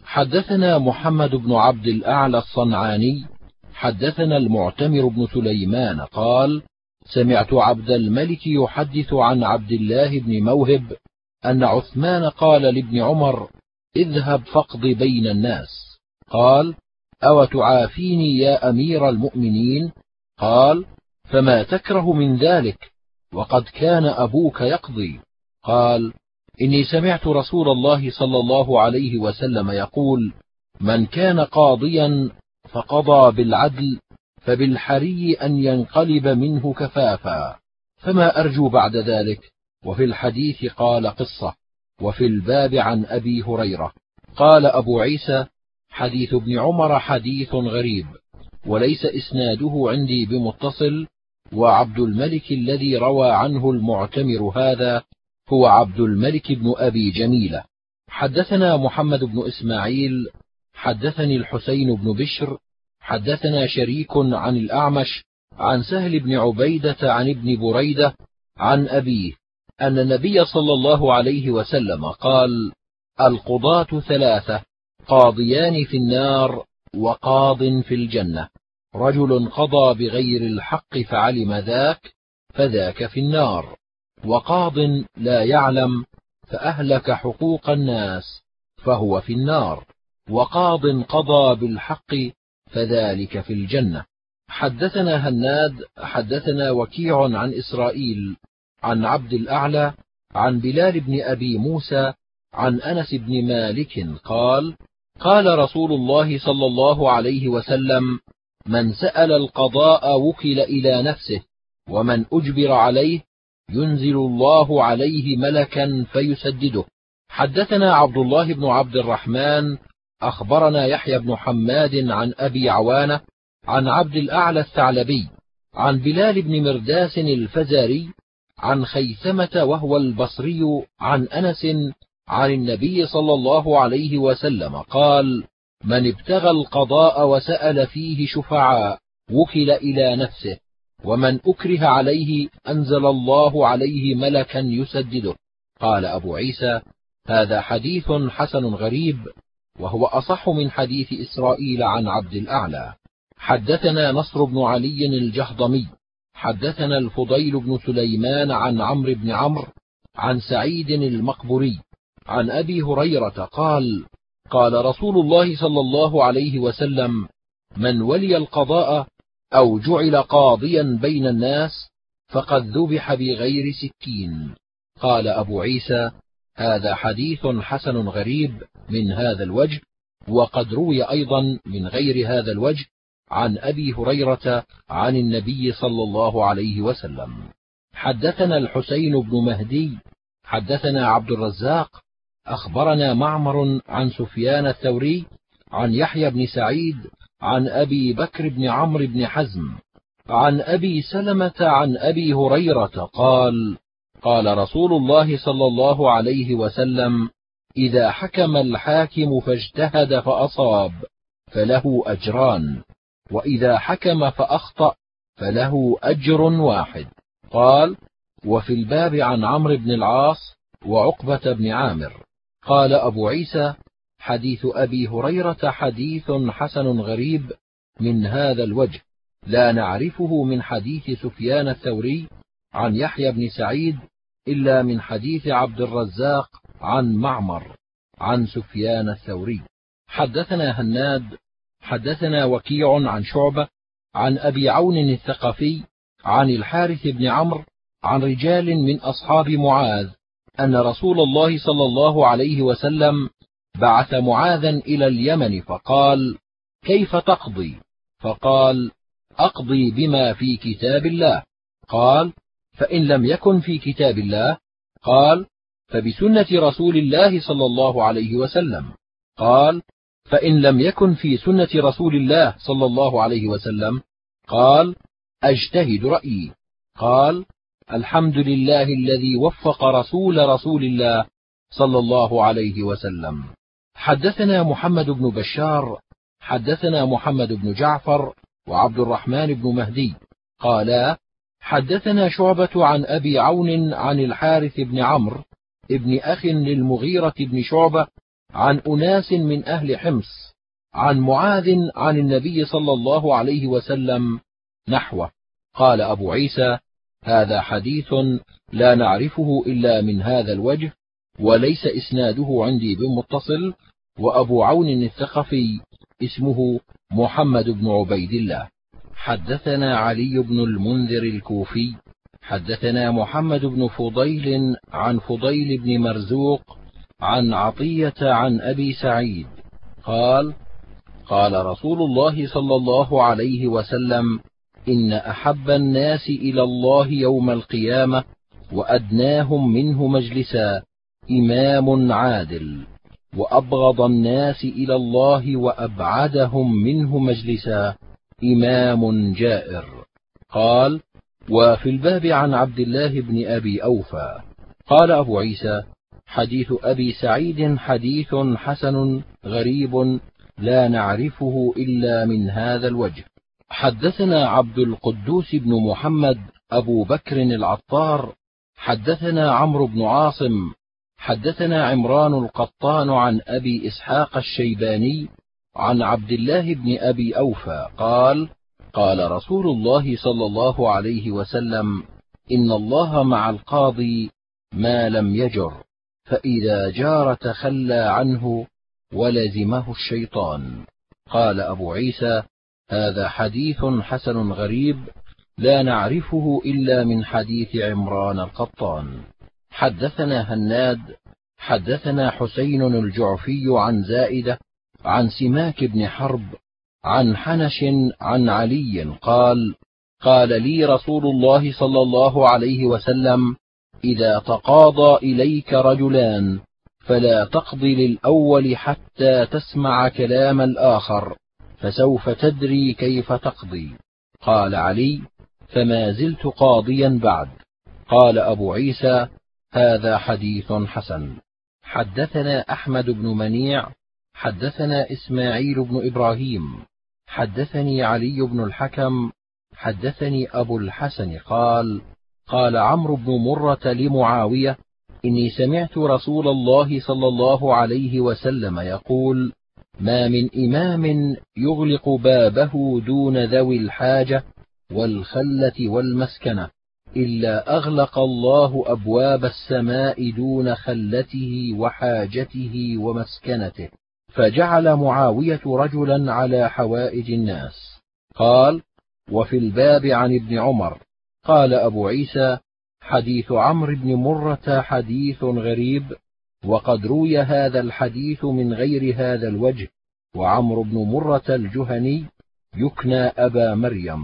حدثنا محمد بن عبد الأعلى الصنعاني حدثنا المعتمر بن سليمان قال: سمعت عبد الملك يحدث عن عبد الله بن موهب أن عثمان قال لابن عمر: اذهب فاقض بين الناس. قال: أو تعافيني يا أمير المؤمنين؟ قال: فما تكره من ذلك وقد كان أبوك يقضي؟ قال: إني سمعت رسول الله صلى الله عليه وسلم يقول: من كان قاضيا فقضى بالعدل فبالحري أن ينقلب منه كفافا، فما أرجو بعد ذلك. وفي الحديث قال قصة، وفي الباب عن أبي هريرة. قال أبو عيسى: حديث ابن عمر حديث غريب، وليس إسناده عندي بمتصل، وعبد الملك الذي روى عنه المعتمر هذا هو عبد الملك بن أبي جميلة. حدثنا محمد بن إسماعيل حدثني الحسين بن بشر حدثنا شريك عن الأعمش عن سهل بن عبيدة عن ابن بريدة عن أبيه أن النبي صلى الله عليه وسلم قال: القضاة ثلاثة: قاضيان في النار وقاض في الجنة. رجل قضى بغير الحق فعلم ذاك فذاك في النار، وقاض لا يعلم فأهلك حقوق الناس فهو في النار، وقاض قضى بالحق فذلك في الجنة. حدثنا هناد حدثنا وكيع عن إسرائيل عن عبد الأعلى عن بلال بن أبي موسى عن أنس بن مالك قال: قال رسول الله صلى الله عليه وسلم: من سأل القضاء وكل إلى نفسه، ومن أجبر عليه ينزل الله عليه ملكا فيسدده. حدثنا عبد الله بن عبد الرحمن أخبرنا يحيى بن حماد عن أبي عوانة عن عبد الأعلى الثعلبي عن بلال بن مرداس الفزاري عن خيثمة وهو البصري عن أنس عن النبي صلى الله عليه وسلم قال: من ابتغى القضاء وسأل فيه شفعاء وكل إلى نفسه، ومن أكره عليه أنزل الله عليه ملكا يسدده. قال أبو عيسى: هذا حديث حسن غريب، وهو أصح من حديث إسرائيل عن عبد الأعلى. حدثنا نصر بن علي الجهضمي حدثنا الفضيل بن سليمان عن عمرو بن عمرو عن سعيد المقبري عن أبي هريرة قال: قال رسول الله صلى الله عليه وسلم: من ولي القضاء أو جعل قاضيا بين الناس فقد ذبح بغير سكين. قال أبو عيسى: هذا حديث حسن غريب من هذا الوجه، وقد روي أيضا من غير هذا الوجه عن أبي هريرة عن النبي صلى الله عليه وسلم. حدثنا الحسين بن مهدي حدثنا عبد الرزاق أخبرنا معمر عن سفيان الثوري عن يحيى بن سعيد عن أبي بكر بن عمرو بن حزم عن أبي سلمة عن أبي هريرة قال: قال رسول الله صلى الله عليه وسلم: إذا حكم الحاكم فاجتهد فأصاب فله أجران، وإذا حكم فأخطأ فله أجر واحد. قال: وفي الباب عن عمرو بن العاص وعقبة بن عامر. قال أبو عيسى: حديث أبي هريرة حديث حسن غريب من هذا الوجه، لا نعرفه من حديث سفيان الثوري عن يحيى بن سعيد إلا من حديث عبد الرزاق عن معمر عن سفيان الثوري. حدثنا هناد حدثنا وكيع عن شعبة عن أبي عون الثقفي عن الحارث بن عمرو عن رجال من أصحاب معاذ أن رسول الله صلى الله عليه وسلم بعث معاذا إلى اليمن فقال: كيف تقضي؟ فقال: أقضي بما في كتاب الله. قال: فإن لم يكن في كتاب الله؟ قال: فبسنة رسول الله صلى الله عليه وسلم. قال: فإن لم يكن في سنة رسول الله صلى الله عليه وسلم؟ قال: أجتهد رأيي. قال: الحمد لله الذي وفق رسول الله صلى الله عليه وسلم. حدثنا محمد بن بشار حدثنا محمد بن جعفر وعبد الرحمن بن مهدي قالا: حدثنا شعبة عن أبي عون عن الحارث بن عمرو ابن أخ للمغيرة بن شعبة عن أناس من أهل حمص عن معاذ عن النبي صلى الله عليه وسلم نحوه. قال أبو عيسى: هذا حديث لا نعرفه إلا من هذا الوجه، وليس إسناده عندي بمتصل، وأبو عون الثقفي اسمه محمد بن عبيد الله. حدثنا علي بن المنذر الكوفي حدثنا محمد بن فضيل عن فضيل بن مرزوق عن عطية عن أبي سعيد قال: قال رسول الله صلى الله عليه وسلم: إن أحب الناس إلى الله يوم القيامة وأدناهم منه مجلسا إمام عادل، وأبغض الناس إلى الله وأبعدهم منه مجلسا إمام جائر. قال: وفي الباب عن عبد الله بن أبي أوفى. قال أبو عيسى: حديث أبي سعيد حديث حسن غريب لا نعرفه إلا من هذا الوجه. حدثنا عبد القدوس بن محمد أبو بكر العطار حدثنا عمرو بن عاصم حدثنا عمران القطان عن أبي إسحاق الشيباني عن عبد الله بن أبي أوفى قال: قال رسول الله صلى الله عليه وسلم: إن الله مع القاضي ما لم يجر، فإذا جار تخلى عنه ولزمه الشيطان. قال أبو عيسى: هذا حديث حسن غريب لا نعرفه إلا من حديث عمران القطان. حدثنا هناد حدثنا حسين الجعفي عن زائدة عن سماك بن حرب عن حنش عن علي قال: قال لي رسول الله صلى الله عليه وسلم: إذا تقاضى إليك رجلان فلا تقض للأول حتى تسمع كلام الآخر، فسوف تدري كيف تقضي. قال علي: فما زلت قاضيا بعد. قال أبو عيسى: هذا حديث حسن. حدثنا أحمد بن منيع حدثنا إسماعيل بن إبراهيم حدثني علي بن الحكم حدثني أبو الحسن قال: قال عمرو بن مرة لمعاوية: إني سمعت رسول الله صلى الله عليه وسلم يقول: ما من إمام يغلق بابه دون ذوي الحاجة والخلة والمسكنة إلا أغلق الله أبواب السماء دون خلته وحاجته ومسكنته. فجعل معاوية رجلا على حوائج الناس. قال: وفي الباب عن ابن عمر. قال أبو عيسى: حديث عمرو بن مرة حديث غريب، وقد روي هذا الحديث من غير هذا الوجه، وعمرو بن مرة الجهني يكنى أبا مريم.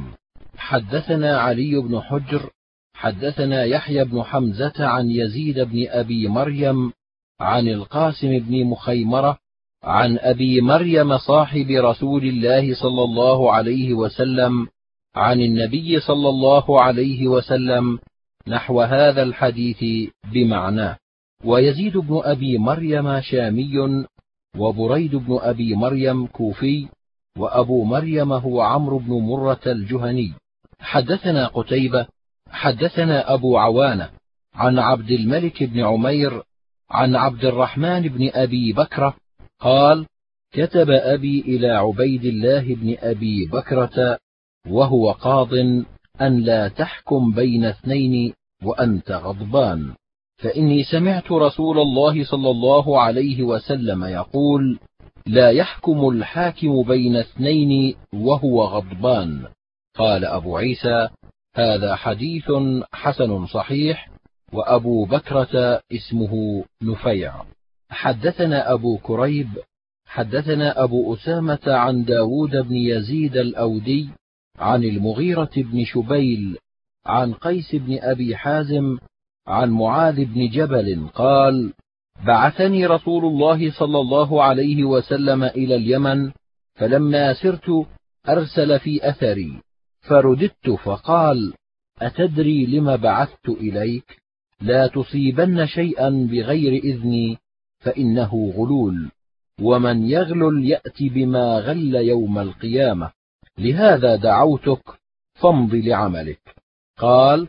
حدثنا علي بن حجر حدثنا يحيى بن حمزة عن يزيد بن أبي مريم عن القاسم بن مخيمرة عن أبي مريم صاحب رسول الله صلى الله عليه وسلم عن النبي صلى الله عليه وسلم نحو هذا الحديث بمعناه. ويزيد بن أبي مريم شامي، وبريد بن أبي مريم كوفي، وأبو مريم هو عمرو بن مرة الجهني. حدثنا قتيبة حدثنا أبو عوانة عن عبد الملك بن عمير عن عبد الرحمن بن أبي بكرة قال: كتب أبي إلى عبيد الله بن أبي بكرة وهو قاض أن لا تحكم بين اثنين وأنت غضبان، فإني سمعت رسول الله صلى الله عليه وسلم يقول: لا يحكم الحاكم بين اثنين وهو غضبان. قال أبو عيسى: هذا حديث حسن صحيح، وأبو بكرة اسمه نفيع. حدثنا أبو كريب حدثنا أبو أسامة عن داود بن يزيد الأودي عن المغيرة بن شبيل عن قيس بن أبي حازم عن معاذ بن جبل قال: بعثني رسول الله صلى الله عليه وسلم إلى اليمن، فلما سرت أرسل في أثري، فرددت فقال: أتدري لم بعثت إليك؟ لا تصيبن شيئا بغير إذني، فإنه غلول، ومن يغلل يأت بما غل يوم القيامة، لهذا دعوتك، فامض لعملك. قال: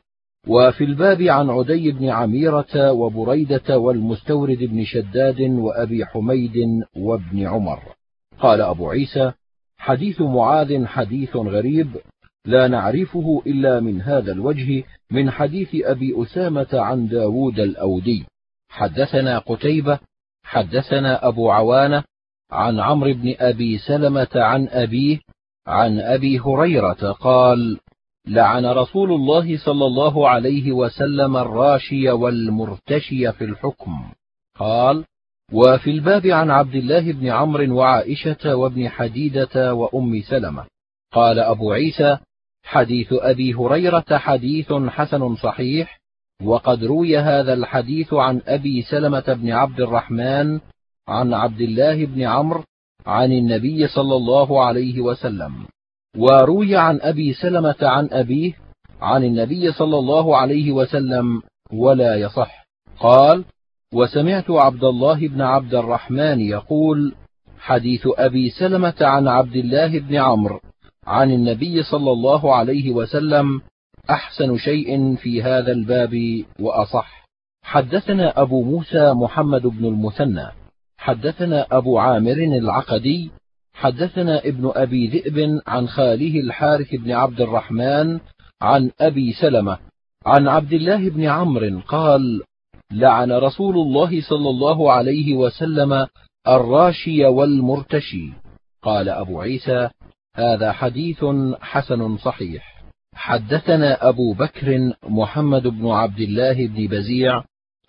وفي الباب عن عدي بن عميرة وبريدة والمستورد بن شداد وأبي حميد وابن عمر. قال أبو عيسى: حديث معاذ حديث غريب لا نعرفه إلا من هذا الوجه من حديث أبي أسامة عن داود الأودي. حدثنا قتيبة حدثنا أبو عوانة عن عمرو بن أبي سلمة عن أبيه عن أبي هريرة قال: لعن رسول الله صلى الله عليه وسلم الراشي والمرتشي في الحكم. قال: وفي الباب عن عبد الله بن عمرو وعائشة وابن حديدة وأم سلمة. قال أبو عيسى: حديث أبي هريرة حديث حسن صحيح، وقد روي هذا الحديث عن أبي سلمة بن عبد الرحمن عن عبد الله بن عمرو عن النبي صلى الله عليه وسلم، وروي عن أبي سلمة عن أبيه عن النبي صلى الله عليه وسلم ولا يصح. قال: وسمعت عبد الله بن عبد الرحمن يقول: حديث أبي سلمة عن عبد الله بن عمرو عن النبي صلى الله عليه وسلم أحسن شيء في هذا الباب وأصح. حدثنا أبو موسى محمد بن المثنى حدثنا أبو عامر العقدي حدثنا ابن أبي ذئب عن خاله الحارث بن عبد الرحمن عن أبي سلمة عن عبد الله بن عمرو قال: لعن رسول الله صلى الله عليه وسلم الراشي والمرتشي. قال أبو عيسى: هذا حديث حسن صحيح. حدثنا أبو بكر محمد بن عبد الله بن بزيع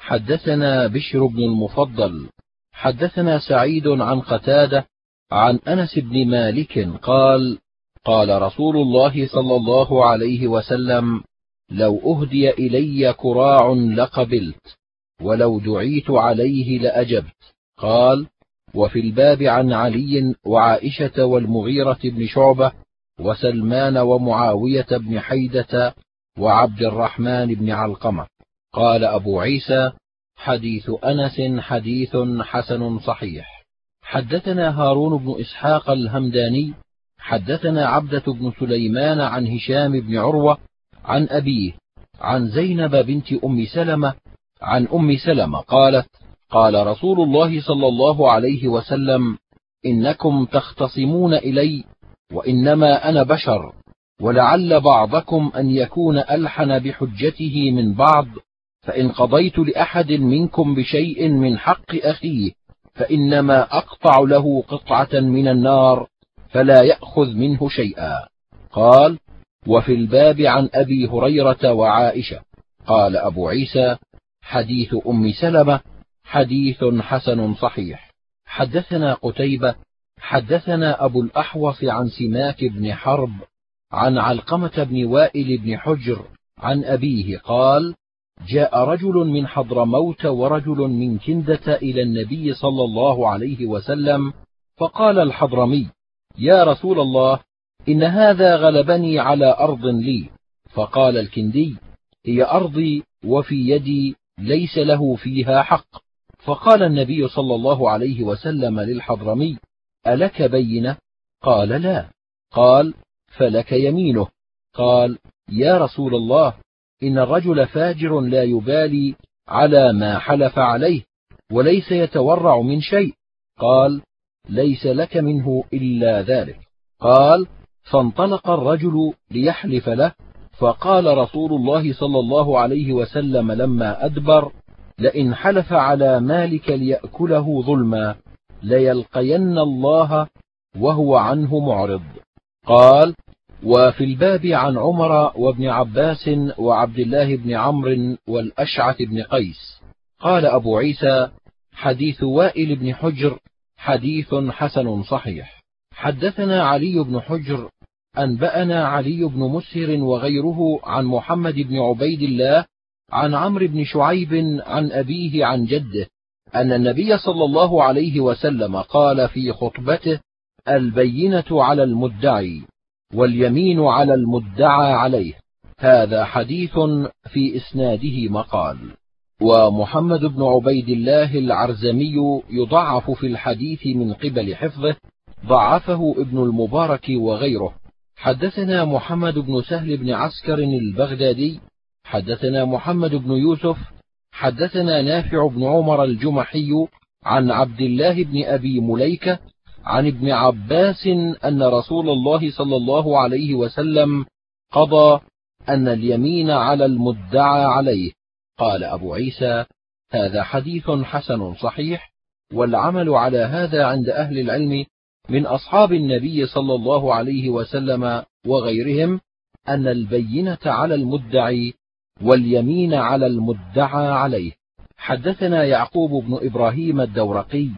حدثنا بشر بن المفضل حدثنا سعيد عن قتادة عن أنس بن مالك قال: قال رسول الله صلى الله عليه وسلم: لو أهدي إلي كراع لقبلت، ولو دعيت عليه لأجبت. قال: وفي الباب عن علي وعائشة والمغيرة بن شعبة وسلمان ومعاوية بن حيدة وعبد الرحمن بن علقمة. قال أبو عيسى: حديث أنس حديث حسن صحيح. حدثنا هارون بن إسحاق الهمداني حدثنا عبدة بن سليمان عن هشام بن عروة عن أبيه عن زينب بنت أم سلمة عن أم سلمة قالت: قال رسول الله صلى الله عليه وسلم: إنكم تختصمون إلي، وإنما أنا بشر، ولعل بعضكم أن يكون ألحن بحجته من بعض، فإن قضيت لأحد منكم بشيء من حق أخيه فإنما أقطع له قطعة من النار فلا يأخذ منه شيئا. قال: وفي الباب عن أبي هريرة وعائشة. قال أبو عيسى: حديث أم سلمة حديث حسن صحيح. حدثنا قتيبة حدثنا أبو الأحوص عن سماك بن حرب عن علقمة بن وائل بن حجر عن أبيه قال: جاء رجل من حضرموت ورجل من كندة إلى النبي صلى الله عليه وسلم، فقال الحضرمي: يا رسول الله، إن هذا غلبني على أرض لي. فقال الكندي: هي أرضي وفي يدي، ليس له فيها حق. فقال النبي صلى الله عليه وسلم للحضرمي: ألك بينة؟ قال: لا. قال: فلك يمينه. قال: يا رسول الله، إن الرجل فاجر لا يبالي على ما حلف عليه، وليس يتورع من شيء. قال: ليس لك منه إلا ذلك. قال: فانطلق الرجل ليحلف له، فقال رسول الله صلى الله عليه وسلم لما أدبر: لئن حلف على مالك ليأكله ظلما ليلقين الله وهو عنه معرض. قال: وفي الباب عن عمر وابن عباس وعبد الله بن عمرو والأشعث بن قيس. قال أبو عيسى: حديث وائل بن حجر حديث حسن صحيح. حدثنا علي بن حجر أنبأنا علي بن مسهر وغيره عن محمد بن عبيد الله عن عمرو بن شعيب عن أبيه عن جده أن النبي صلى الله عليه وسلم قال في خطبته: البينة على المدعي واليمين على المدعى عليه. هذا حديث في إسناده مقال. ومحمد بن عبيد الله العرزمي يضعف في الحديث من قبل حفظه، ضعفه ابن المبارك وغيره. حدثنا محمد بن سهل بن عسكر البغدادي حدثنا محمد بن يوسف حدثنا نافع بن عمر الجمحي عن عبد الله بن أبي مليكة عن ابن عباس أن رسول الله صلى الله عليه وسلم قضى أن اليمين على المدعى عليه. قال أبو عيسى: هذا حديث حسن صحيح، والعمل على هذا عند أهل العلم من أصحاب النبي صلى الله عليه وسلم وغيرهم أن البينة على المدعي واليمين على المدعى عليه. حدثنا يعقوب بن إبراهيم الدورقي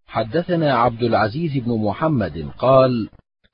حدثنا عبد العزيز بن محمد قال: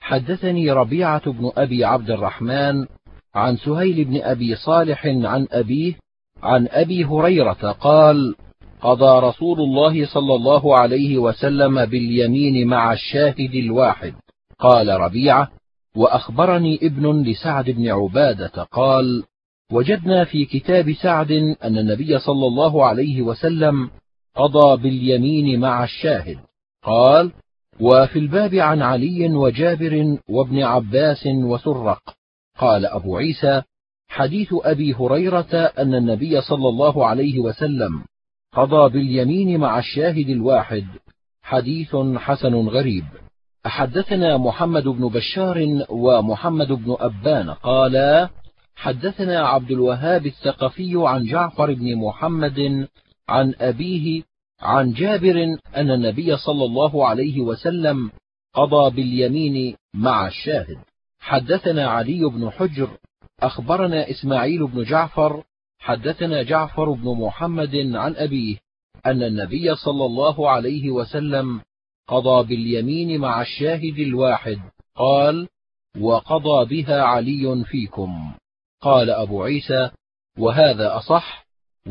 حدثني ربيعة بن أبي عبد الرحمن عن سهيل بن أبي صالح عن أبيه عن أبي هريرة قال: قضى رسول الله صلى الله عليه وسلم باليمين مع الشاهد الواحد. قال ربيعة: وأخبرني ابن لسعد بن عبادة قال: وجدنا في كتاب سعد أن النبي صلى الله عليه وسلم قضى باليمين مع الشاهد. قال: وفي الباب عن علي وجابر وابن عباس وسرق. قال أبو عيسى: حديث أبي هريرة أن النبي صلى الله عليه وسلم قضى باليمين مع الشاهد الواحد حديث حسن غريب. حدثنا محمد بن بشار ومحمد بن أبان قالا: حدثنا عبد الوهاب الثقفي عن جعفر بن محمد عن أبيه عن جابر أن النبي صلى الله عليه وسلم قضى باليمين مع الشاهد. حدثنا علي بن حجر أخبرنا إسماعيل بن جعفر حدثنا جعفر بن محمد عن أبيه أن النبي صلى الله عليه وسلم قضى باليمين مع الشاهد الواحد. قال: وقضى بها علي فيكم. قال أبو عيسى: وهذا أصح،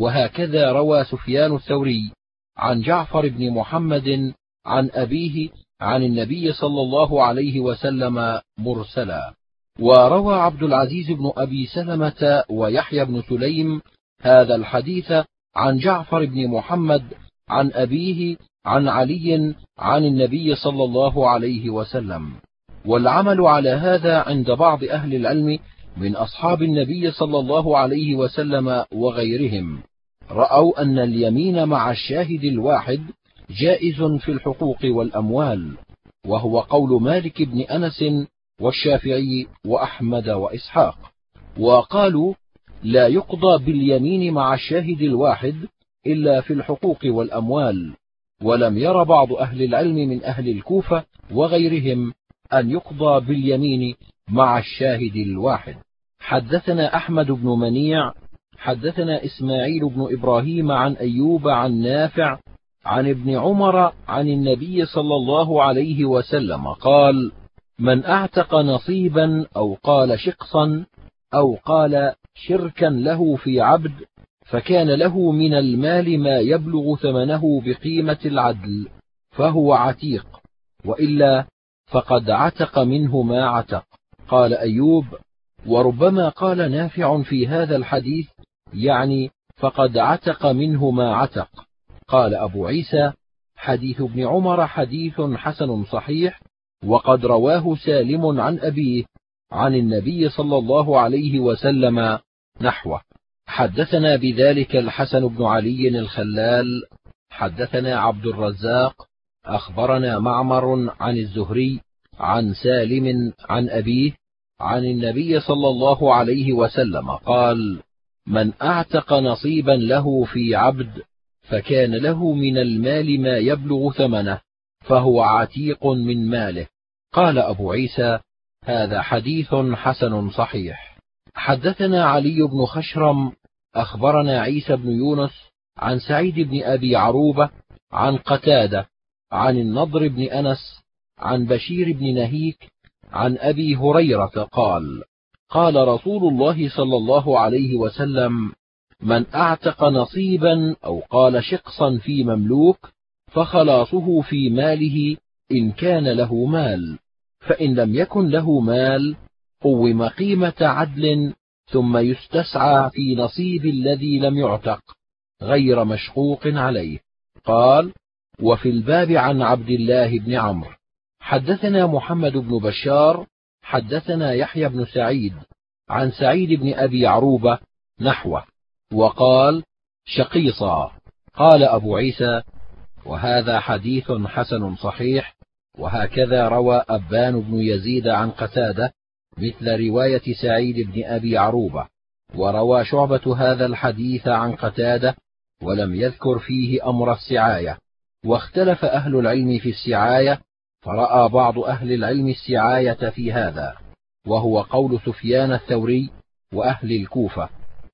وهكذا روى سفيان الثوري عن جعفر بن محمد عن أبيه عن النبي صلى الله عليه وسلم مرسلا. وروى عبد العزيز بن أبي سلمة ويحيى بن سليم هذا الحديث عن جعفر بن محمد عن أبيه عن علي عن النبي صلى الله عليه وسلم. والعمل على هذا عند بعض أهل العلم من أصحاب النبي صلى الله عليه وسلم وغيرهم، رأوا أن اليمين مع الشاهد الواحد جائز في الحقوق والأموال، وهو قول مالك بن أنس والشافعي وأحمد وإسحاق. وقالوا: لا يقضى باليمين مع الشاهد الواحد إلا في الحقوق والأموال. ولم ير بعض أهل العلم من أهل الكوفة وغيرهم أن يقضى باليمين مع الشاهد الواحد. حدثنا أحمد بن منيع حدثنا إسماعيل بن إبراهيم عن أيوب عن نافع عن ابن عمر عن النبي صلى الله عليه وسلم قال: من أعتق نصيبا أو قال شقصا أو قال شركا له في عبد فكان له من المال ما يبلغ ثمنه بقيمة العدل فهو عتيق، وإلا فقد عتق منه ما عتق. قال أيوب: وربما قال نافع في هذا الحديث يعني فقد عتق منه ما عتق. قال أبو عيسى: حديث ابن عمر حديث حسن صحيح، وقد رواه سالم عن أبيه عن النبي صلى الله عليه وسلم نحوه. حدثنا بذلك الحسن بن علي الخلال حدثنا عبد الرزاق أخبرنا معمر عن الزهري عن سالم عن أبيه عن النبي صلى الله عليه وسلم قال: من أعتق نصيبا له في عبد فكان له من المال ما يبلغ ثمنه فهو عتيق من ماله. قال أبو عيسى: هذا حديث حسن صحيح. حدثنا علي بن خشرم أخبرنا عيسى بن يونس عن سعيد بن أبي عروبة عن قتادة عن النضر بن أنس عن بشير بن نهيك عن أبي هريرة قال: قال رسول الله صلى الله عليه وسلم: من أعتق نصيبا أو قال شقصا في مملوك فخلاصه في ماله إن كان له مال، فإن لم يكن له مال قوم قيمة عدل ثم يستسعى في نصيب الذي لم يعتق غير مشقوق عليه. قال: وفي الباب عن عبد الله بن عمرو. حدثنا محمد بن بشار حدثنا يحيى بن سعيد عن سعيد بن أبي عروبة نحوه. وقال: شقيصا. قال أبو عيسى: وهذا حديث حسن صحيح. وهكذا روى أبان بن يزيد عن قتادة مثل رواية سعيد بن أبي عروبة. وروى شعبة هذا الحديث عن قتادة ولم يذكر فيه أمر السعاية. واختلف أهل العلم في السعاية، فرأى بعض أهل العلم السعاية في هذا، وهو قول سفيان الثوري وأهل الكوفة،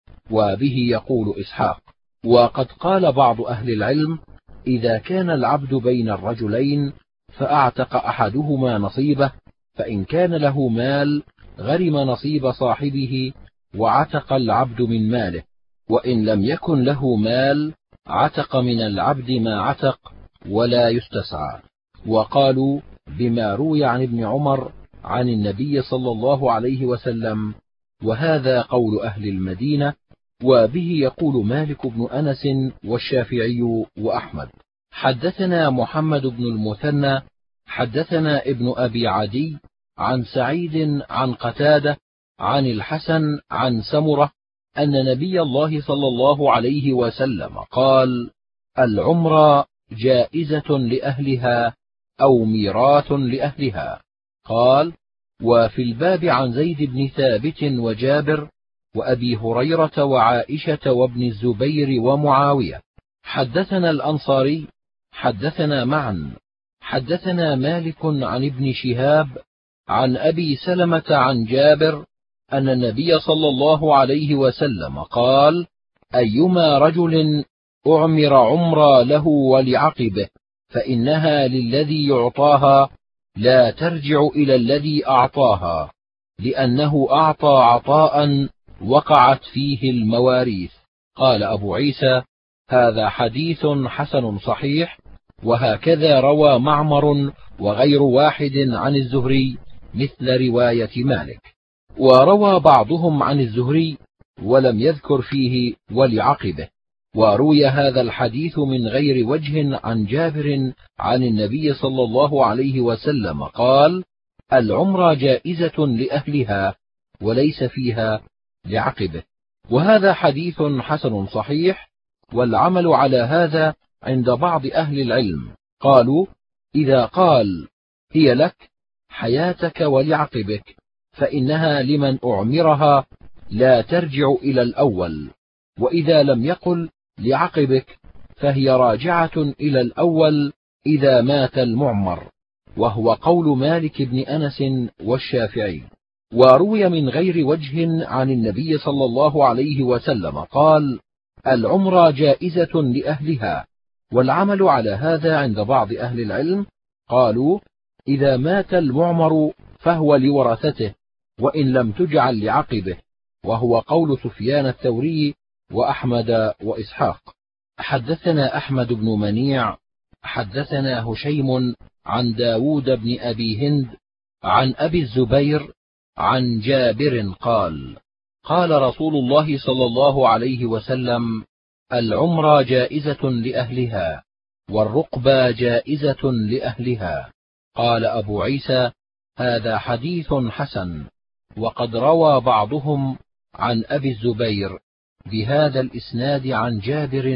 وبه يقول إسحاق. وقد قال بعض أهل العلم: إذا كان العبد بين الرجلين فأعتق أحدهما نصيبه، فإن كان له مال غرم نصيب صاحبه وعتق العبد من ماله، وإن لم يكن له مال عتق من العبد ما عتق ولا يستسعى. وقالوا بما روي عن ابن عمر عن النبي صلى الله عليه وسلم، وهذا قول أهل المدينة، وبه يقول مالك بن أنس والشافعي وأحمد. حدثنا محمد بن المثنى حدثنا ابن أبي عدي عن سعيد عن قتادة عن الحسن عن سمرة أن نبي الله صلى الله عليه وسلم قال: العمرة جائزة لأهلها أو ميراث لأهلها. قال: وفي الباب عن زيد بن ثابت وجابر وأبي هريرة وعائشة وابن الزبير ومعاوية. حدثنا الأنصاري حدثنا معا حدثنا مالك عن ابن شهاب عن أبي سلمة عن جابر أن النبي صلى الله عليه وسلم قال: أيما رجل أعمر عمرا له ولعقبه فإنها للذي يعطاها لا ترجع إلى الذي أعطاها، لأنه أعطى عطاء وقعت فيه المواريث. قال أبو عيسى: هذا حديث حسن صحيح. وهكذا روى معمر وغير واحد عن الزهري مثل رواية مالك. وروى بعضهم عن الزهري ولم يذكر فيه ولعقبه. وروي هذا الحديث من غير وجه عن جابر عن النبي صلى الله عليه وسلم قال: العمرة جائزة لأهلها وليس فيها لعقبه. وهذا حديث حسن صحيح. والعمل على هذا عند بعض أهل العلم، قالوا: إذا قال: هي لك حياتك ولعقبك فإنها لمن أعمرها لا ترجع إلى الأول، وإذا لم يقل لعقبك فهي راجعة إلى الأول إذا مات المعمر، وهو قول مالك بن أنس والشافعي. وروي من غير وجه عن النبي صلى الله عليه وسلم قال: العمرة جائزة لأهلها. والعمل على هذا عند بعض أهل العلم، قالوا: إذا مات المعمر فهو لورثته وإن لم تجعل لعقبه، وهو قول سفيان الثوري وأحمد وإسحاق. حدثنا أحمد بن منيع حدثنا هشيم عن داود بن أبي هند عن أبي الزبير عن جابر قال: قال رسول الله صلى الله عليه وسلم: العمرة جائزة لأهلها والرقبة جائزة لأهلها. قال أبو عيسى: هذا حديث حسن. وقد روى بعضهم عن أبي الزبير بهذا الإسناد عن جابر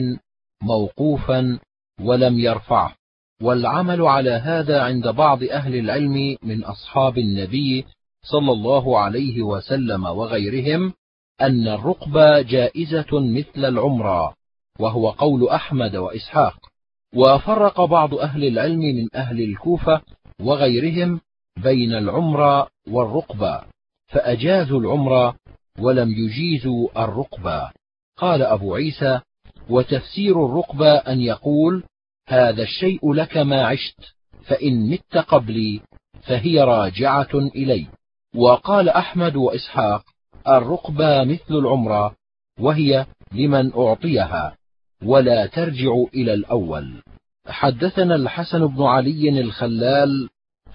موقوفا ولم يرفعه. والعمل على هذا عند بعض أهل العلم من أصحاب النبي صلى الله عليه وسلم وغيرهم أن الرقبة جائزة مثل العمرة، وهو قول أحمد وإسحاق. وفرق بعض أهل العلم من أهل الكوفة وغيرهم بين العمرة والرقبة، فأجازوا العمرة ولم يجيزوا الرقبة. قال أبو عيسى: وتفسير الرقبة أن يقول: هذا الشيء لك ما عشت، فإن مت قبلي فهي راجعة إلي. وقال أحمد وإسحاق: الرقبة مثل العمرة، وهي لمن أعطيها ولا ترجع إلى الأول. حدثنا الحسن بن علي الخلال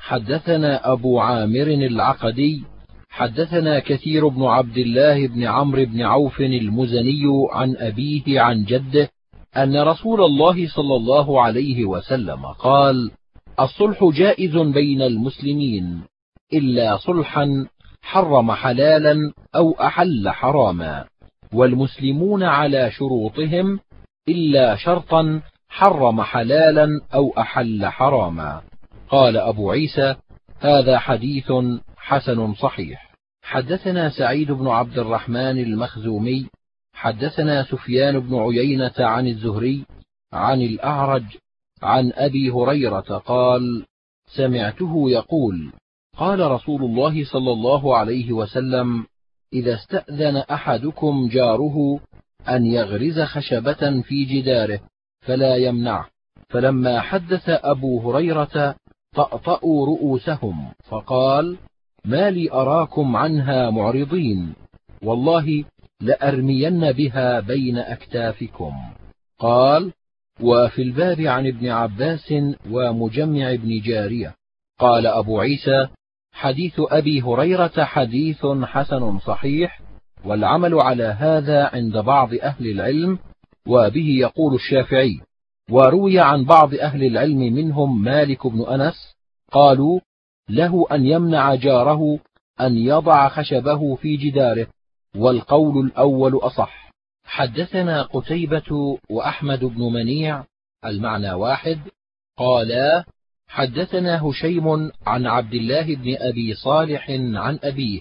حدثنا أبو عامر العقدي حدثنا كثير بن عبد الله بن عمرو بن عوف المزني عن أبيه عن جده أن رسول الله صلى الله عليه وسلم قال: الصلح جائز بين المسلمين إلا صلحا حرم حلالا أو أحل حراما. والمسلمون على شروطهم إلا شرطا حرم حلالا أو أحل حراما. قال أبو عيسى: هذا حديث حسن صحيح. حدثنا سعيد بن عبد الرحمن المخزومي حدثنا سفيان بن عيينة عن الزهري عن الأعرج عن أبي هريرة قال: سمعته يقول: قال رسول الله صلى الله عليه وسلم: إذا استأذن أحدكم جاره أن يغرز خشبة في جداره فلا يمنعه. فلما حدث أبو هريرة طأطأوا رؤوسهم فقال: ما لي أراكم عنها معرضين، والله لأرمين بها بين أكتافكم. قال: وفي الباب عن ابن عباس ومجمع بن جارية. قال أبو عيسى: حديث أبي هريرة حديث حسن صحيح، والعمل على هذا عند بعض أهل العلم، وبه يقول الشافعي. وروي عن بعض أهل العلم منهم مالك بن أنس قالوا: له أن يمنع جاره أن يضع خشبه في جداره، والقول الأول أصح. حدثنا قتيبة وأحمد بن منيع المعنى واحد قالا: حدثنا هشيم عن عبد الله بن أبي صالح عن أبيه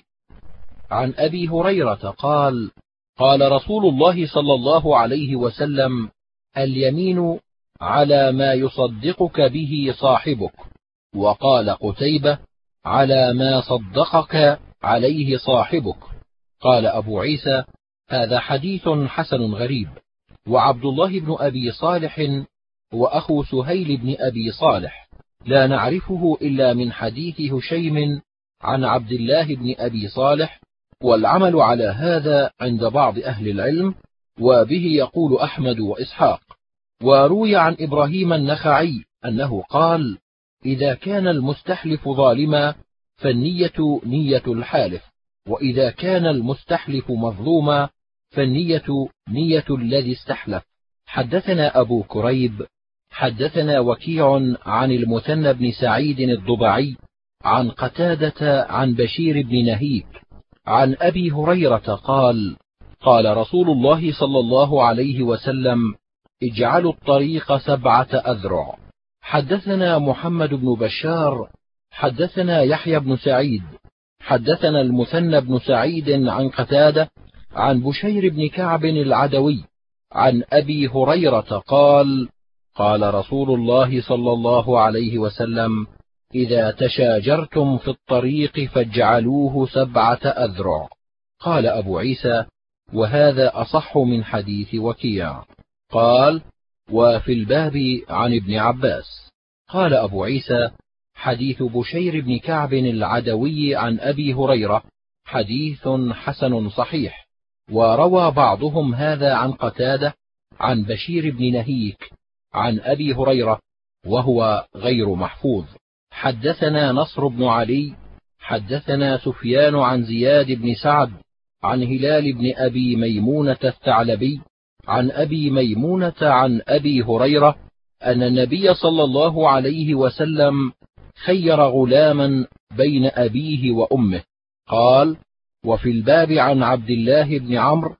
عن أبي هريرة قال: قال رسول الله صلى الله عليه وسلم: اليمين على ما يصدقك به صاحبك. وقال قتيبة: على ما صدقك عليه صاحبك. قال أبو عيسى: هذا حديث حسن غريب. وعبد الله بن أبي صالح وأخو سهيل بن أبي صالح لا نعرفه إلا من حديث هشيم عن عبد الله بن أبي صالح، والعمل على هذا عند بعض أهل العلم، وبه يقول أحمد وإسحاق. وروي عن إبراهيم النخعي أنه قال: إذا كان المستحلف ظالما فالنية نية الحالف، وإذا كان المستحلف مظلوما فالنية نية الذي استحلف. حدثنا أبو كريب حدثنا وكيع عن المثنى بن سعيد الضبعي عن قتادة عن بشير بن نهيك عن أبي هريرة قال: قال رسول الله صلى الله عليه وسلم: اجعلوا الطريق 7 أذرع. حدثنا محمد بن بشار حدثنا يحيى بن سعيد حدثنا المثنى بن سعيد عن قتادة عن بشير بن كعب العدوي عن أبي هريرة قال: قال رسول الله صلى الله عليه وسلم: إذا تشاجرتم في الطريق فاجعلوه 7 أذرع. قال أبو عيسى: وهذا أصح من حديث وكيع. قال: وفي الباب عن ابن عباس. قال أبو عيسى: حديث بشير بن كعب العدوي عن أبي هريرة حديث حسن صحيح. وروى بعضهم هذا عن قتادة عن بشير بن نهيك عن أبي هريرة، وهو غير محفوظ. حدثنا نصر بن علي حدثنا سفيان عن زياد بن سعد عن هلال بن أبي ميمونة الثعلبي عن أبي ميمونة عن أبي هريرة أن النبي صلى الله عليه وسلم خير غلاما بين أبيه وأمه. قال: وفي الباب عن عبد الله بن عمرو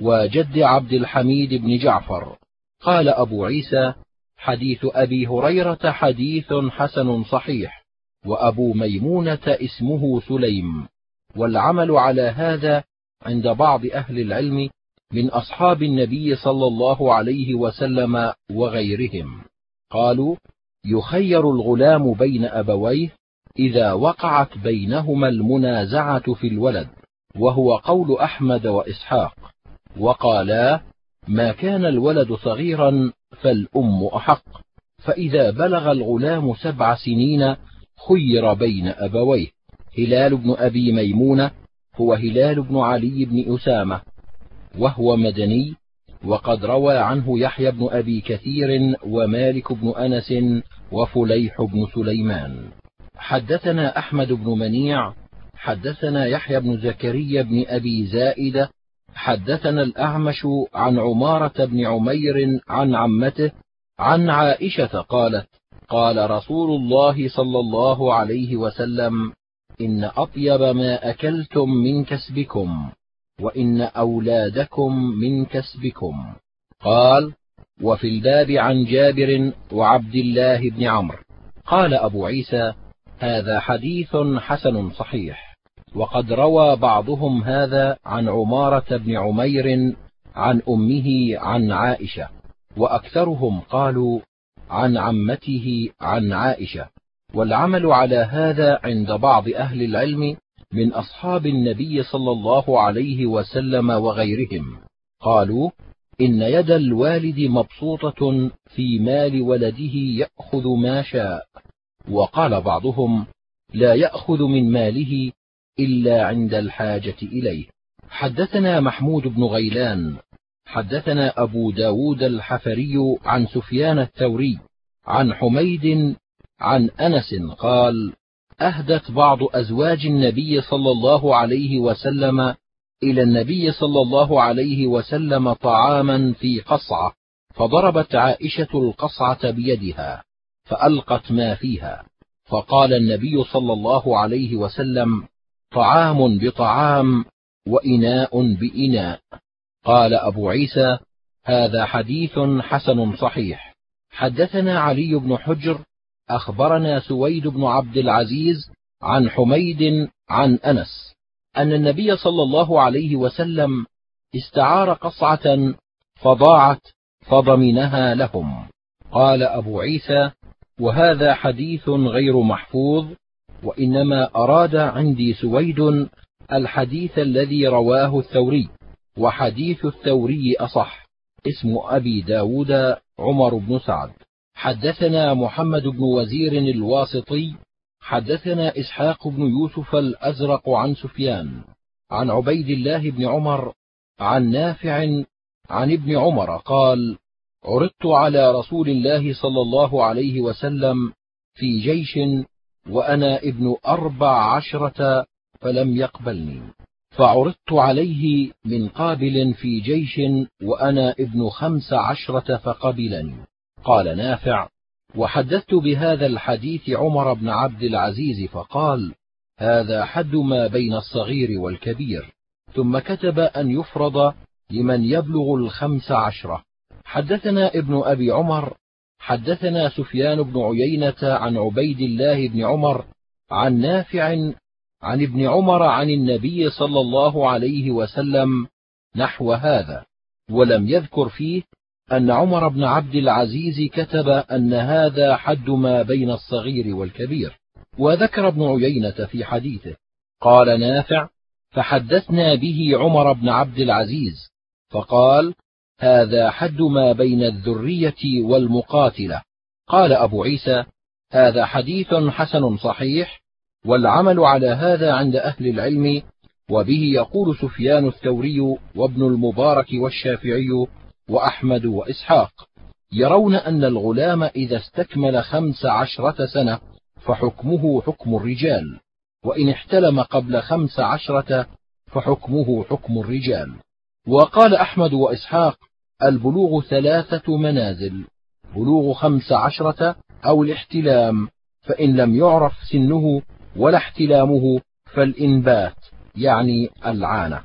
وجد عبد الحميد بن جعفر. قال أبو عيسى: حديث أبي هريرة حديث حسن صحيح، وأبو ميمونة اسمه سليم، والعمل على هذا عند بعض أهل العلم من أصحاب النبي صلى الله عليه وسلم وغيرهم. قالوا: يخير الغلام بين أبويه إذا وقعت بينهما المنازعة في الولد، وهو قول أحمد وإسحاق. وقالا: ما كان الولد صغيرا فالأم أحق، فإذا بلغ الغلام 7 سنين خير بين أبويه. هلال بن أبي ميمونة هو هلال بن علي بن أسامة، وهو مدني، وقد روى عنه يحيى بن أبي كثير ومالك بن أنس وفليح بن سليمان. حدثنا أحمد بن منيع حدثنا يحيى بن زكريا بن أبي زائدة حدثنا الأعمش عن عمارة بن عمير عن عمته عن عائشة قالت: قال رسول الله صلى الله عليه وسلم: إن أطيب ما أكلتم من كسبكم وإن أولادكم من كسبكم. قال: وفي الباب عن جابر وعبد الله بن عمرو. قال أبو عيسى: هذا حديث حسن صحيح. وقد روى بعضهم هذا عن عمارة بن عمير عن أمه عن عائشة، وأكثرهم قالوا عن عمته عن عائشة. والعمل على هذا عند بعض أهل العلم من أصحاب النبي صلى الله عليه وسلم وغيرهم. قالوا: إن يد الوالد مبسوطة في مال ولده يأخذ ما شاء. وقال بعضهم: لا يأخذ من ماله إلا عند الحاجة إليه. حدثنا محمود بن غيلان حدثنا أبو داود الحفري عن سفيان الثوري عن حميد عن أنس قال: أهدت بعض أزواج النبي صلى الله عليه وسلم إلى النبي صلى الله عليه وسلم طعاما في قصعة، فضربت عائشة القصعة بيدها فألقت ما فيها، فقال النبي صلى الله عليه وسلم: طعام بطعام وإناء بإناء. قال أبو عيسى: هذا حديث حسن صحيح. حدثنا علي بن حجر أخبرنا سويد بن عبد العزيز عن حميد عن أنس أن النبي صلى الله عليه وسلم استعار قصعة فضاعت فضمنها لهم. قال أبو عيسى: وهذا حديث غير محفوظ، وإنما أراد عندي سويد الحديث الذي رواه الثوري، وحديث الثوري أصح. اسم أبي داود عمر بن سعد. حدثنا محمد بن وزير الواسطي حدثنا إسحاق بن يوسف الأزرق عن سفيان عن عبيد الله بن عمر عن نافع عن ابن عمر قال: عرضت على رسول الله صلى الله عليه وسلم في جيش وأنا ابن 14 فلم يقبلني، فعرضت عليه من قابل في جيش وأنا ابن 15 فقبلني. قال نافع: وحدثت بهذا الحديث عمر بن عبد العزيز فقال: هذا حد ما بين الصغير والكبير. ثم كتب أن يفرض لمن يبلغ 15. حدثنا ابن أبي عمر حدثنا سفيان بن عيينة عن عبيد الله بن عمر عن نافع عن ابن عمر عن النبي صلى الله عليه وسلم نحو هذا، ولم يذكر فيه أن عمر بن عبد العزيز كتب أن هذا حد ما بين الصغير والكبير. وذكر ابن عيينة في حديثه. قال نافع: فحدثنا به عمر بن عبد العزيز فقال: هذا حد ما بين الذرية والمقاتلة. قال أبو عيسى: هذا حديث حسن صحيح، والعمل على هذا عند أهل العلم، وبه يقول سفيان الثوري وابن المبارك والشافعي وأحمد وإسحاق. يرون أن الغلام إذا استكمل 15 سنة فحكمه حكم الرجال، وإن احتلم قبل 15 فحكمه حكم الرجال. وقال أحمد وإسحاق: البلوغ 3 منازل: بلوغ 15 أو الاحتلام، فإن لم يعرف سنه ولا احتلامه فالإنبات يعني العانة.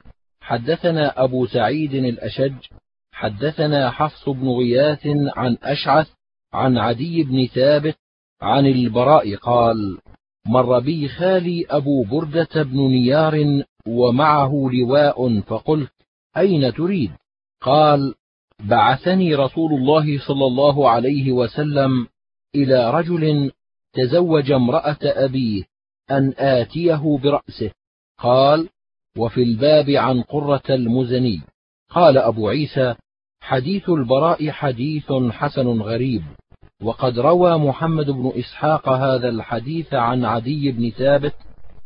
حدثنا أبو سعيد الأشج حدثنا حفص بن غياث عن أشعث عن عدي بن ثابت عن البراء قال: مر بي خالي أبو بردة بن نيار ومعه لواء، فقلت: أين تريد؟ قال: بعثني رسول الله صلى الله عليه وسلم إلى رجل تزوج امرأة أبيه أن آتيه برأسه. قال: وفي الباب عن قرة المزني. قال أبو عيسى: حديث البراء حديث حسن غريب. وقد روى محمد بن إسحاق هذا الحديث عن عدي بن ثابت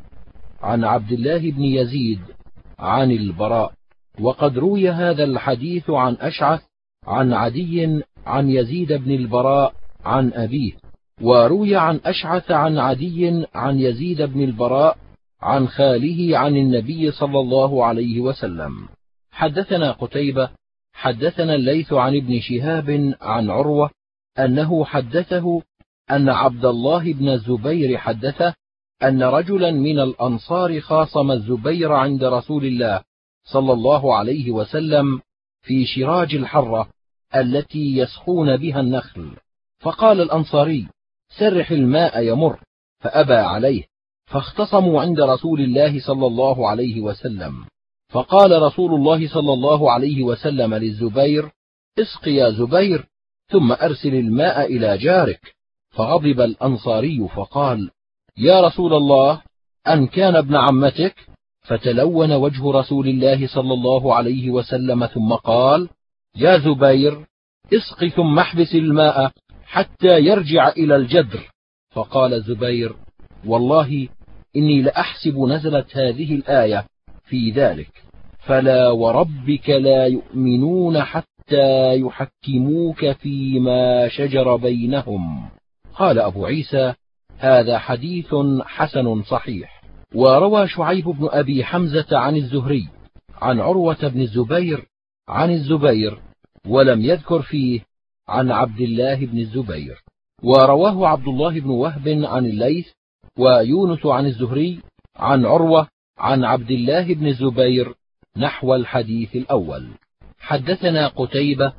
عن عبد الله بن يزيد عن البراء. وقد روي هذا الحديث عن أشعث عن عدي عن يزيد بن البراء عن أبيه، وروي عن أشعث عن عدي عن يزيد بن البراء عن خاله عن النبي صلى الله عليه وسلم. حدثنا قتيبة حدثنا الليث عن ابن شهاب عن عروة أنه حدثه أن عبد الله بن الزبير حدثه أن رجلا من الأنصار خاصم الزبير عند رسول الله صلى الله عليه وسلم في شراج الحرة التي يسقون بها النخل، فقال الأنصاري: سرح الماء يمر، فأبى عليه، فاختصموا عند رسول الله صلى الله عليه وسلم، فقال رسول الله صلى الله عليه وسلم للزبير: اسق يا زبير، ثم أرسل الماء إلى جارك. فغضب الأنصاري فقال: يا رسول الله، أن كان ابن عمتك؟ فتلون وجه رسول الله صلى الله عليه وسلم ثم قال: يا زبير، اسق ثم احبس الماء حتى يرجع إلى الجدر. فقال الزبير: والله إني لأحسب نزلت هذه الآية في ذلك: فلا وربك لا يؤمنون حتى يحكموك فيما شجر بينهم. قال أبو عيسى: هذا حديث حسن صحيح. وروى شعيب بن أبي حمزة عن الزهري عن عروة بن الزبير عن الزبير، ولم يذكر فيه عن عبد الله بن الزبير. ورواه عبد الله بن وهب عن الليث ويونس عن الزهري عن عروة عن عبد الله بن الزبير نحو الحديث الأول. حدثنا قتيبة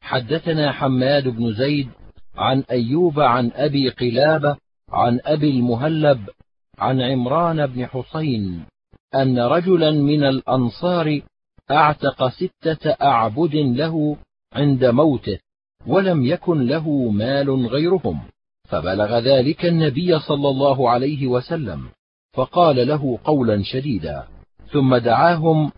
حدثنا حماد بن زيد عن أيوب عن أبي قلابة عن أبي المهلب عن عمران بن حسين أن رجلا من الأنصار أعتق 6 أعبد له عند موته، ولم يكن له مال غيرهم، فبلغ ذلك النبي صلى الله عليه وسلم، فقال له قولا شديدا، ثم دعاهم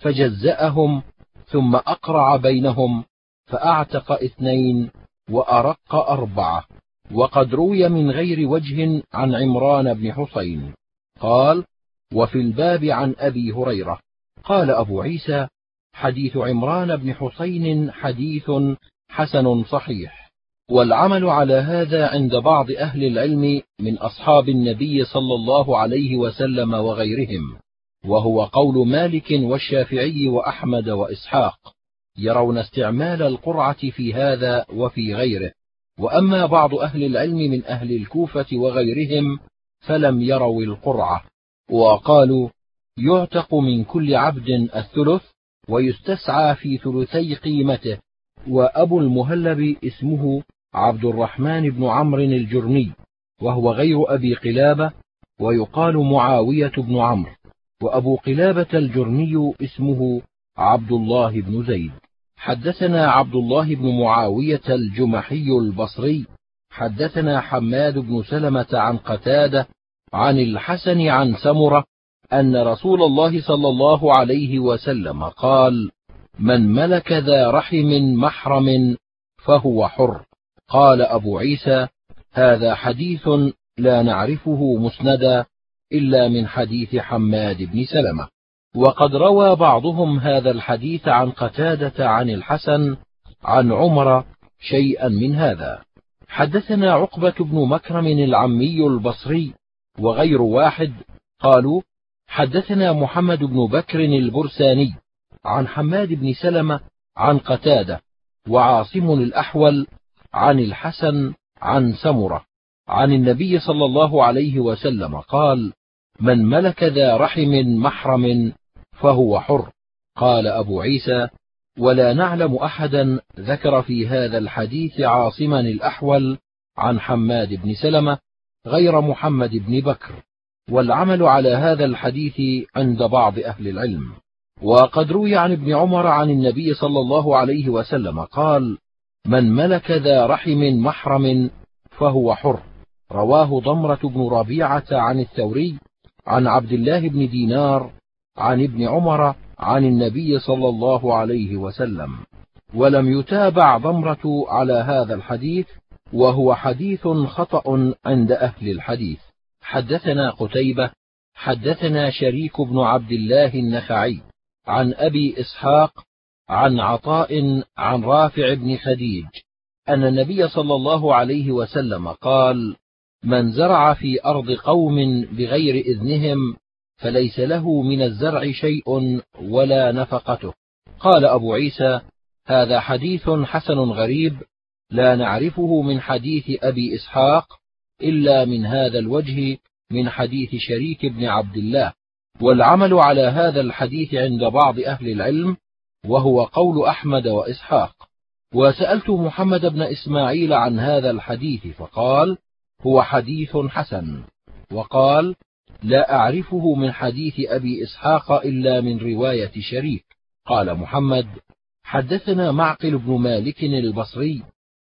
فجزأهم، ثم أقرع بينهم، فأعتق 2 وأرق 4. وقد روي من غير وجه عن عمران بن حسين قال: وفي الباب عن أبي هريرة. قال أبو عيسى: حديث عمران بن حسين حديث حسن صحيح. والعمل على هذا عند بعض أهل العلم من أصحاب النبي صلى الله عليه وسلم وغيرهم، وهو قول مالك والشافعي وأحمد وإسحاق، يرون استعمال القرعة في هذا وفي غيره. وأما بعض أهل العلم من أهل الكوفة وغيرهم فلم يروا القرعة، وقالوا: يعتق من كل عبد 1/3 ويستسعى في 2 قيمته. وأبو المهلب اسمه عبد الرحمن بن عمرو الجرمي، وهو غير أبي قلابة، ويقال معاوية بن عمرو. وأبو قلابة الجرمي اسمه عبد الله بن زيد. حدثنا عبد الله بن معاوية الجمحي البصري حدثنا حماد بن سلمة عن قتادة عن الحسن عن سمرة أن رسول الله صلى الله عليه وسلم قال: من ملك ذا رحم محرم فهو حر. قال أبو عيسى: هذا حديث لا نعرفه مسندا إلا من حديث حماد بن سلمة. وقد روى بعضهم هذا الحديث عن قتادة عن الحسن عن عمر شيئا من هذا. حدثنا عقبة بن مكرم العمي البصري وغير واحد قالوا: حدثنا محمد بن بكر البرساني عن حماد بن سلمة عن قتادة وعاصم الأحول عن الحسن عن سمرة عن النبي صلى الله عليه وسلم قال: من ملك ذا رحم محرم فهو حر. قال أبو عيسى: ولا نعلم أحدا ذكر في هذا الحديث عاصما الأحول عن حماد بن سلمة غير محمد بن بكر. والعمل على هذا الحديث عند بعض أهل العلم. وقد روي عن ابن عمر عن النبي صلى الله عليه وسلم قال: من ملك ذا رحم محرم فهو حر. رواه ضمرة بن ربيعة عن الثوري عن عبد الله بن دينار عن ابن عمر عن النبي صلى الله عليه وسلم، ولم يتابع ضمرة على هذا الحديث، وهو حديث خطأ عند أهل الحديث. حدثنا قتيبة حدثنا شريك بن عبد الله النخعي عن أبي إسحاق عن عطاء عن رافع بن خديج أن النبي صلى الله عليه وسلم قال: من زرع في أرض قوم بغير إذنهم فليس له من الزرع شيء ولا نفقته. قال أبو عيسى: هذا حديث حسن غريب لا نعرفه من حديث أبي إسحاق إلا من هذا الوجه من حديث شريك بن عبد الله. والعمل على هذا الحديث عند بعض أهل العلم، وهو قول أحمد وإسحاق. وسألت محمد بن إسماعيل عن هذا الحديث فقال: هو حديث حسن. وقال: لا أعرفه من حديث أبي إسحاق إلا من رواية شريك. قال محمد: حدثنا معقل بن مالك البصري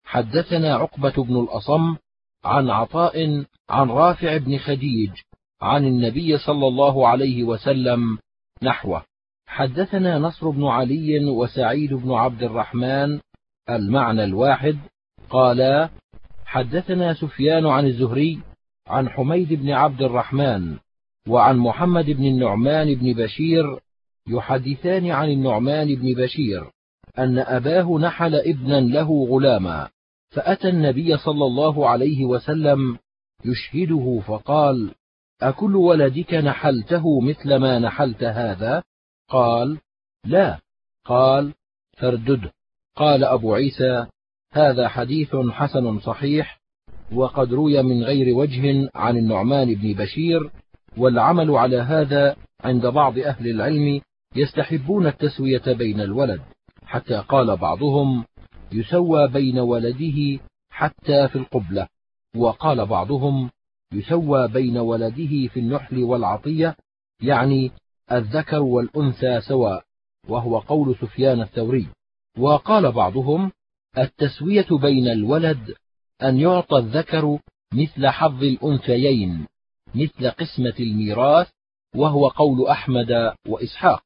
حدثنا عقبة بن الأصم عن عطاء عن رافع بن خديج عن النبي صلى الله عليه وسلم نحوه. حدثنا نصر بن علي وسعيد بن عبد الرحمن المعنى الواحد قالا: حدثنا سفيان عن الزهري عن حميد بن عبد الرحمن وعن محمد بن النعمان بن بشير يحدثان عن النعمان بن بشير أن أباه نحل ابنا له غلاما، فأتى النبي صلى الله عليه وسلم يشهده فقال: أكل ولدك نحلته مثل ما نحلت هذا؟ قال: لا. قال: فاردده. قال أبو عيسى: هذا حديث حسن صحيح، وقد روي من غير وجه عن النعمان بن بشير، والعمل على هذا عند بعض أهل العلم يستحبون التسوية بين الولد، حتى قال بعضهم: يسوى بين ولده حتى في القبلة، وقال بعضهم: يسوى بين ولده في النحل والعطية، يعني الذكر والأنثى سواء، وهو قول سفيان الثوري. وقال بعضهم: التسوية بين الولد أن يعطى الذكر مثل حظ الأنثيين مثل قسمة الميراث، وهو قول أحمد وإسحاق.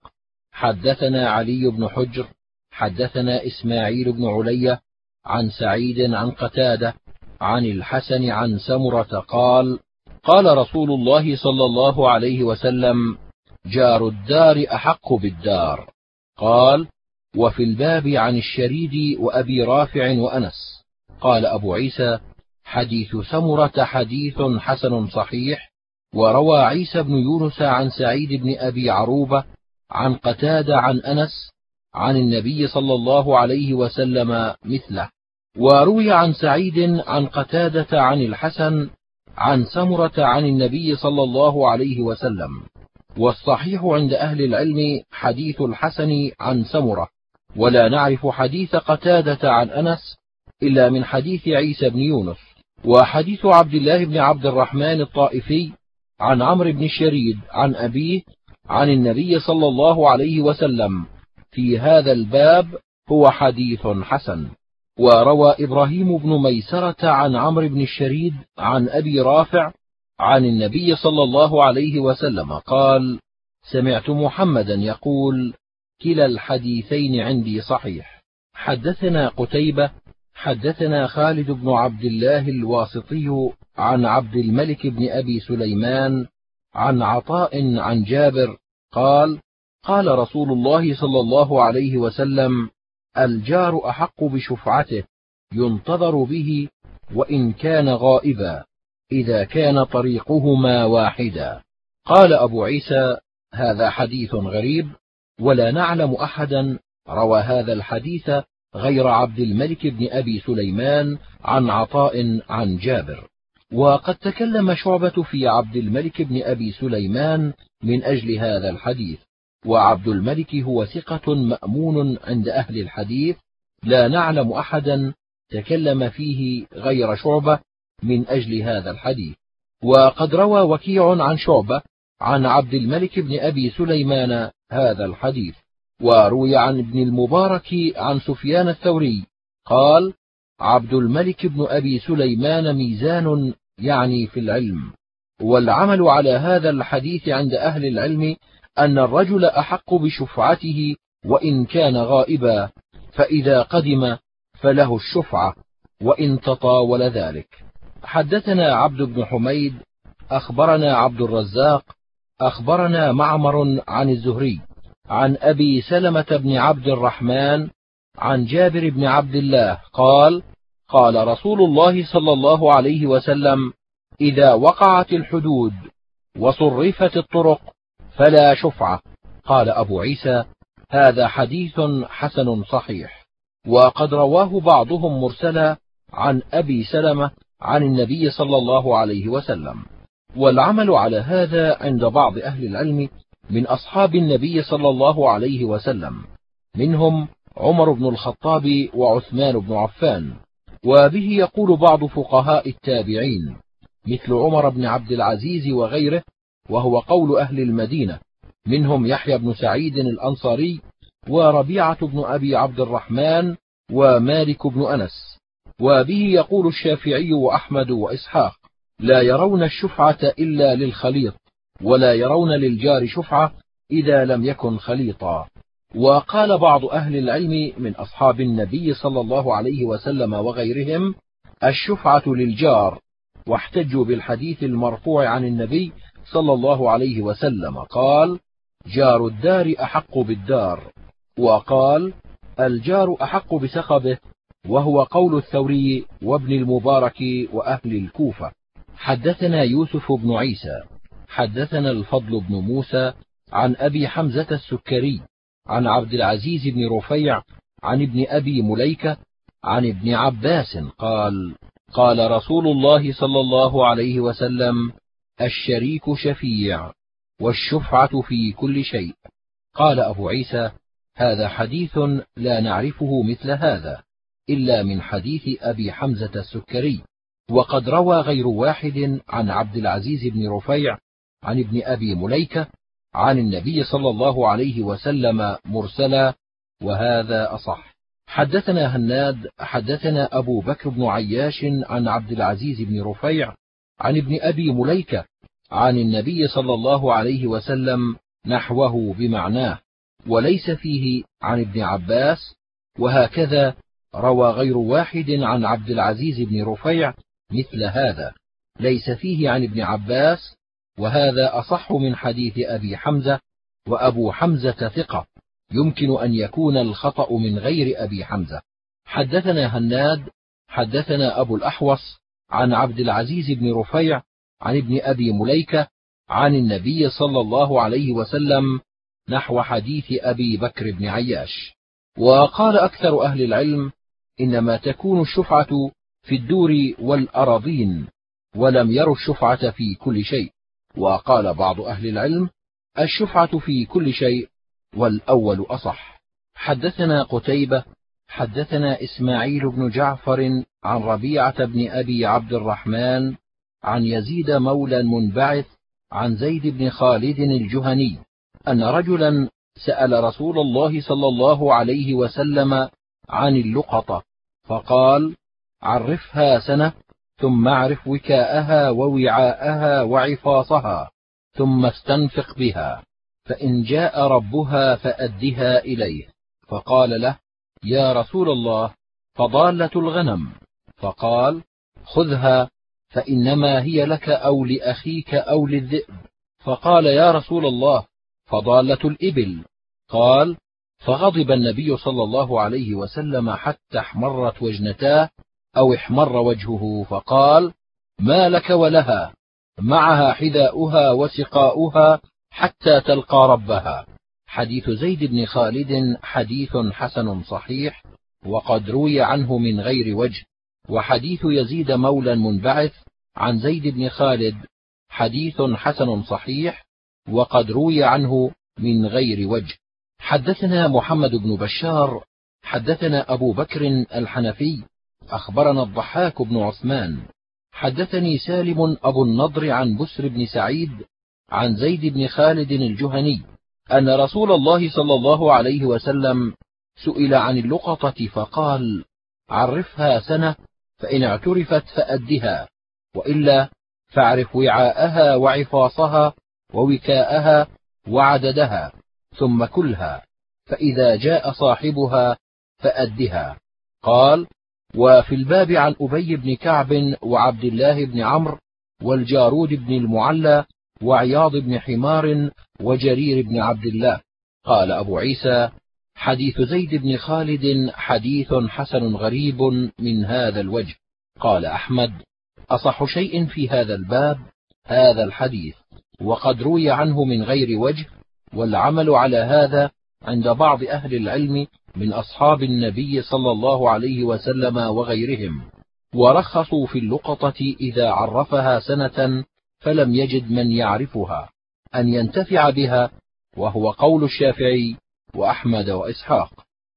حدثنا علي بن حجر حدثنا إسماعيل بن علية عن سعيد عن قتادة عن الحسن عن سمرة قال: قال رسول الله صلى الله عليه وسلم: جار الدار أحق بالدار. قال: وفي الباب عن الشريد وأبي رافع وأنس. قال أبو عيسى: حديث سمرة حديث حسن صحيح. وروى عيسى بن يونس عن سعيد بن أبي عروبة عن قتادة عن أنس عن النبي صلى الله عليه وسلم مثله. وروي عن سعيد عن قتادة عن الحسن عن سمرة عن النبي صلى الله عليه وسلم. والصحيح عند أهل العلم حديث الحسن عن سمرة، ولا نعرف حديث قتادة عن أنس إلا من حديث عيسى بن يونس. وحديث عبد الله بن عبد الرحمن الطائفي عن عمرو بن الشريد عن أبيه عن النبي صلى الله عليه وسلم في هذا الباب هو حديث حسن. وروى إبراهيم بن ميسرة عن عمرو بن الشريد عن أبي رافع عن النبي صلى الله عليه وسلم قال: سمعت محمدا يقول: كلا الحديثين عندي صحيح. حدثنا قتيبة حدثنا خالد بن عبد الله الواسطي عن عبد الملك بن أبي سليمان عن عطاء عن جابر قال: قال رسول الله صلى الله عليه وسلم: الجار أحق بشفعته ينتظر به وإن كان غائبا إذا كان طريقهما واحدا. قال أبو عيسى: هذا حديث غريب، ولا نعلم أحدا روى هذا الحديث غير عبد الملك بن أبي سليمان عن عطاء عن جابر. وقد تكلم شعبة في عبد الملك بن أبي سليمان من أجل هذا الحديث، وعبد الملك هو ثقة مأمون عند أهل الحديث، لا نعلم أحدا تكلم فيه غير شعبة من أجل هذا الحديث. وقد روى وكيع عن شعبة عن عبد الملك بن أبي سليمان هذا الحديث. وروي عن ابن المبارك عن سفيان الثوري قال: عبد الملك بن أبي سليمان ميزان، يعني في العلم. والعمل على هذا الحديث عند أهل العلم أن الرجل أحق بشفعته وإن كان غائبا، فإذا قدم فله الشفعة وإن تطاول ذلك. حدثنا عبد بن حميد أخبرنا عبد الرزاق أخبرنا معمر عن الزهري عن أبي سلمة بن عبد الرحمن عن جابر بن عبد الله قال: قال رسول الله صلى الله عليه وسلم: إذا وقعت الحدود وصرفت الطرق فلا شفعة. قال أبو عيسى: هذا حديث حسن صحيح. وقد رواه بعضهم مرسلا عن أبي سلمة عن النبي صلى الله عليه وسلم. والعمل على هذا عند بعض أهل العلم من أصحاب النبي صلى الله عليه وسلم، منهم عمر بن الخطاب وعثمان بن عفان. وبه يقول بعض فقهاء التابعين مثل عمر بن عبد العزيز وغيره، وهو قول أهل المدينة، منهم يحيى بن سعيد الأنصاري وربيعة بن أبي عبد الرحمن ومالك بن أنس. وبه يقول الشافعي وأحمد وإسحاق: لا يرون الشفعة إلا للخليط، ولا يرون للجار شفعة إذا لم يكن خليطا. وقال بعض أهل العلم من أصحاب النبي صلى الله عليه وسلم وغيرهم: الشفعة للجار، واحتجوا بالحديث المرفوع عن النبي صلى الله عليه وسلم قال: جار الدار أحق بالدار، وقال: الجار أحق بسخبه، وهو قول الثوري وابن المبارك وأهل الكوفة. حدثنا يوسف بن عيسى حدثنا الفضل بن موسى عن أبي حمزة السكري عن عبد العزيز بن رفيع عن ابن أبي مليكة عن ابن عباس قال: قال رسول الله صلى الله عليه وسلم: الشريك شفيع، والشفعة في كل شيء. قال أبو عيسى: هذا حديث لا نعرفه مثل هذا إلا من حديث أبي حمزة السكري، وقد روى غير واحد عن عبد العزيز بن رفيع عن ابن أبي مليكة عن النبي صلى الله عليه وسلم مرسلا، وهذا أصح. حدثنا هناد حدثنا أبو بكر بن عياش عن عبد العزيز بن رفيع عن ابن أبي مليكة عن النبي صلى الله عليه وسلم نحوه بمعناه، وليس فيه عن ابن عباس. وهكذا روى غير واحد عن عبد العزيز بن رفيع مثل هذا، ليس فيه عن ابن عباس، وهذا أصح من حديث أبي حمزة. وأبو حمزة ثقة، يمكن أن يكون الخطأ من غير أبي حمزة. حدثنا هناد حدثنا أبو الأحوص عن عبد العزيز بن رفيع عن ابن أبي مليكة عن النبي صلى الله عليه وسلم نحو حديث أبي بكر بن عياش. وقال أكثر أهل العلم: إنما تكون الشفعة في الدور والأراضين، ولم يروا الشفعة في كل شيء. وقال بعض أهل العلم: الشفعة في كل شيء، والأول أصح. حدثنا قتيبة حدثنا إسماعيل بن جعفر عن ربيعة بن أبي عبد الرحمن عن يزيد مولى منبعث عن زيد بن خالد الجهني أن رجلا سأل رسول الله صلى الله عليه وسلم عن اللقطة، فقال: عرفها سنة، ثم اعرف وكاءها ووعاءها وعفاصها، ثم استنفق بها، فإن جاء ربها فأدها إليه. فقال له: يا رسول الله، فضالة الغنم. فقال: خذها، فإنما هي لك أو لأخيك أو للذئب. فقال: يا رسول الله، فضالة الإبل. قال: فغضب النبي صلى الله عليه وسلم حتى احمرت وجنتاه أو احمر وجهه، فقال: ما لك ولها، معها حذاؤها وسقاؤها حتى تلقى ربها. حديث زيد بن خالد حديث حسن صحيح، وقد روي عنه من غير وجه. وحديث يزيد مولى منبعث عن زيد بن خالد حديث حسن صحيح، وقد روي عنه من غير وجه. حدثنا محمد بن بشار حدثنا أبو بكر الحنفي أخبرنا الضحاك بن عثمان حدثني سالم أبو النضر عن بسر بن سعيد عن زيد بن خالد الجهني أن رسول الله صلى الله عليه وسلم سئل عن اللقطة فقال: عرفها سنة، فإن اعترفت فأدها، وإلا فاعرف وعاءها وعفاصها ووكاءها وعددها، ثم كلها، فإذا جاء صاحبها فأدها. قال: وفي الباب عن أبي بن كعب وعبد الله بن عمرو والجارود بن المعلى وعياض بن حمار وجرير بن عبد الله. قال أبو عيسى: حديث زيد بن خالد حديث حسن غريب من هذا الوجه. قال أحمد: أصح شيء في هذا الباب هذا الحديث، وقد روي عنه من غير وجه، والعمل على هذا عند بعض أهل العلم من أصحاب النبي صلى الله عليه وسلم وغيرهم، ورخصوا في اللقطة إذا عرفها سنة فلم يجد من يعرفها أن ينتفع بها وهو قول الشافعي وأحمد وإسحاق.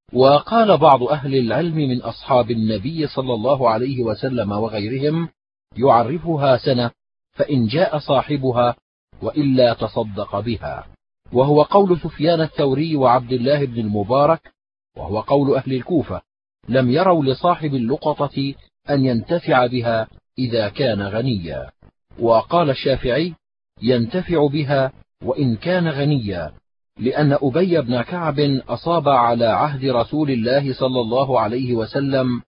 وقال بعض أهل العلم من أصحاب النبي صلى الله عليه وسلم وغيرهم: يعرفها سنة، فإن جاء صاحبها وإلا تصدق بها، وهو قول سفيان الثوري وعبد الله بن المبارك، وهو قول أهل الكوفة، لم يروا لصاحب اللقطة أن ينتفع بها إذا كان غنيا. وقال الشافعي: ينتفع بها وإن كان غنيا، لأن أبي بن كعب أصاب على عهد رسول الله صلى الله عليه وسلم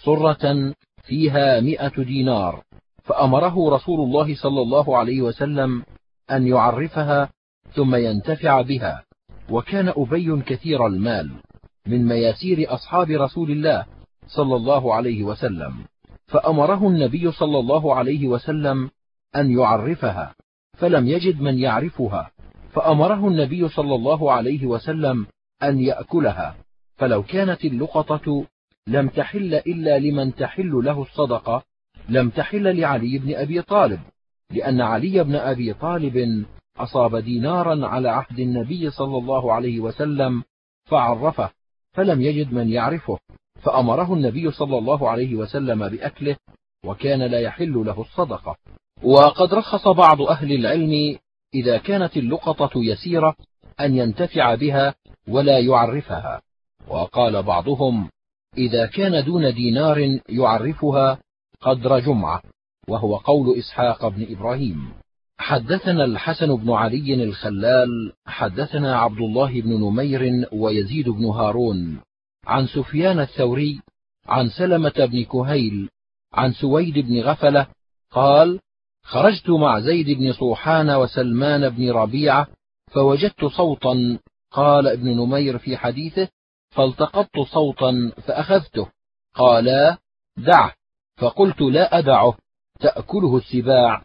صرة فيها 100 دينار، فأمره رسول الله صلى الله عليه وسلم أن يعرفها ثم ينتفع بها، وكان أبي كثير المال من مياسير أصحاب رسول الله صلى الله عليه وسلم، فأمره النبي صلى الله عليه وسلم أن يعرفها، فلم يجد من يعرفها، فأمره النبي صلى الله عليه وسلم أن يأكلها، فلو كانت اللقطة لم تحل إلا لمن تحل له الصدقة لم تحل لعلي بن أبي طالب، لأن علي بن أبي طالب أصاب دينارا على عهد النبي صلى الله عليه وسلم فعرفه، فلم يجد من يعرفه، فأمره النبي صلى الله عليه وسلم بأكله، وكان لا يحل له الصدقة. وقد رخص بعض أهل العلم إذا كانت اللقطة يسيرة أن ينتفع بها ولا يعرفها، وقال بعضهم: إذا كان دون دينار يعرفها قدر جمعة، وهو قول إسحاق بن إبراهيم. حدثنا الحسن بن علي الخلال حدثنا عبد الله بن نمير ويزيد بن هارون عن سفيان الثوري عن سلمة بن كهيل عن سويد بن غفلة قال: خرجت مع زيد بن صوحان وسلمان بن ربيعة فوجدت صوتا، قال ابن نمير في حديثه: فالتقطت صوتا فأخذته، قالا: دعه، فقلت: لا أدعه، تأكله السباع،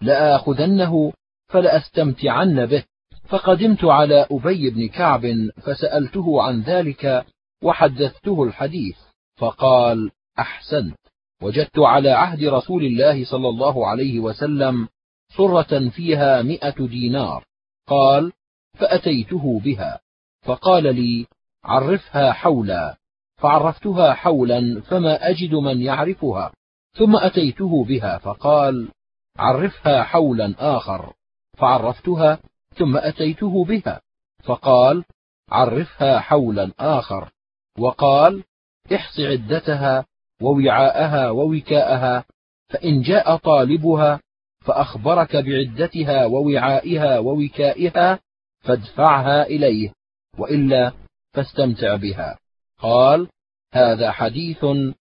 لآخذنه فلأستمتعن به. فقدمت على أبي بن كعب فسألته عن ذلك وحدثته الحديث، فقال: أحسنت، وجدت على عهد رسول الله صلى الله عليه وسلم صرة فيها 100 دينار. قال: فأتيته بها، فقال لي: عرفها حولا، فعرفتها حولا فما أجد من يعرفها، ثم أتيته بها فقال: عرفها حولا آخر، فعرفتها ثم أتيته بها فقال: عرفها حولا آخر، وقال: احص عدتها ووعاءها ووكاءها، فإن جاء طالبها فأخبرك بعدتها ووعائها ووكائها فادفعها إليه، وإلا فاستمتع بها. قال: هذا حديث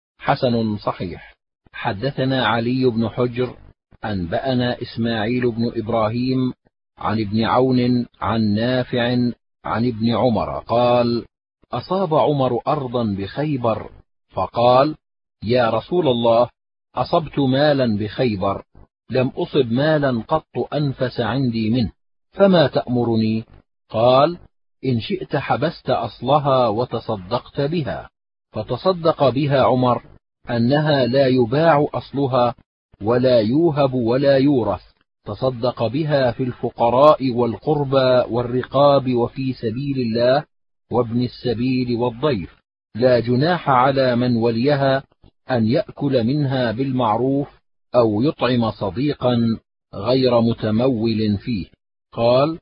حسن صحيح. حدثنا علي بن حجر أنبأنا إسماعيل بن إبراهيم عن ابن عون عن نافع عن ابن عمر قال: أصاب عمر أرضا بخيبر، فقال: يا رسول الله، أصبت مالا بخيبر، لم أصب مالا قط أنفس عندي منه، فما تأمرني؟ قال: إن شئت حبست أصلها وتصدقت بها. فتصدق بها عمر أنها لا يباع أصلها ولا يوهب ولا يورث، تصدق بها في الفقراء والقربى والرقاب وفي سبيل الله وابن السبيل والضيف، لا جناح على من وليها أن يأكل منها بالمعروف أو يطعم صديقا غير متمول فيه. قال: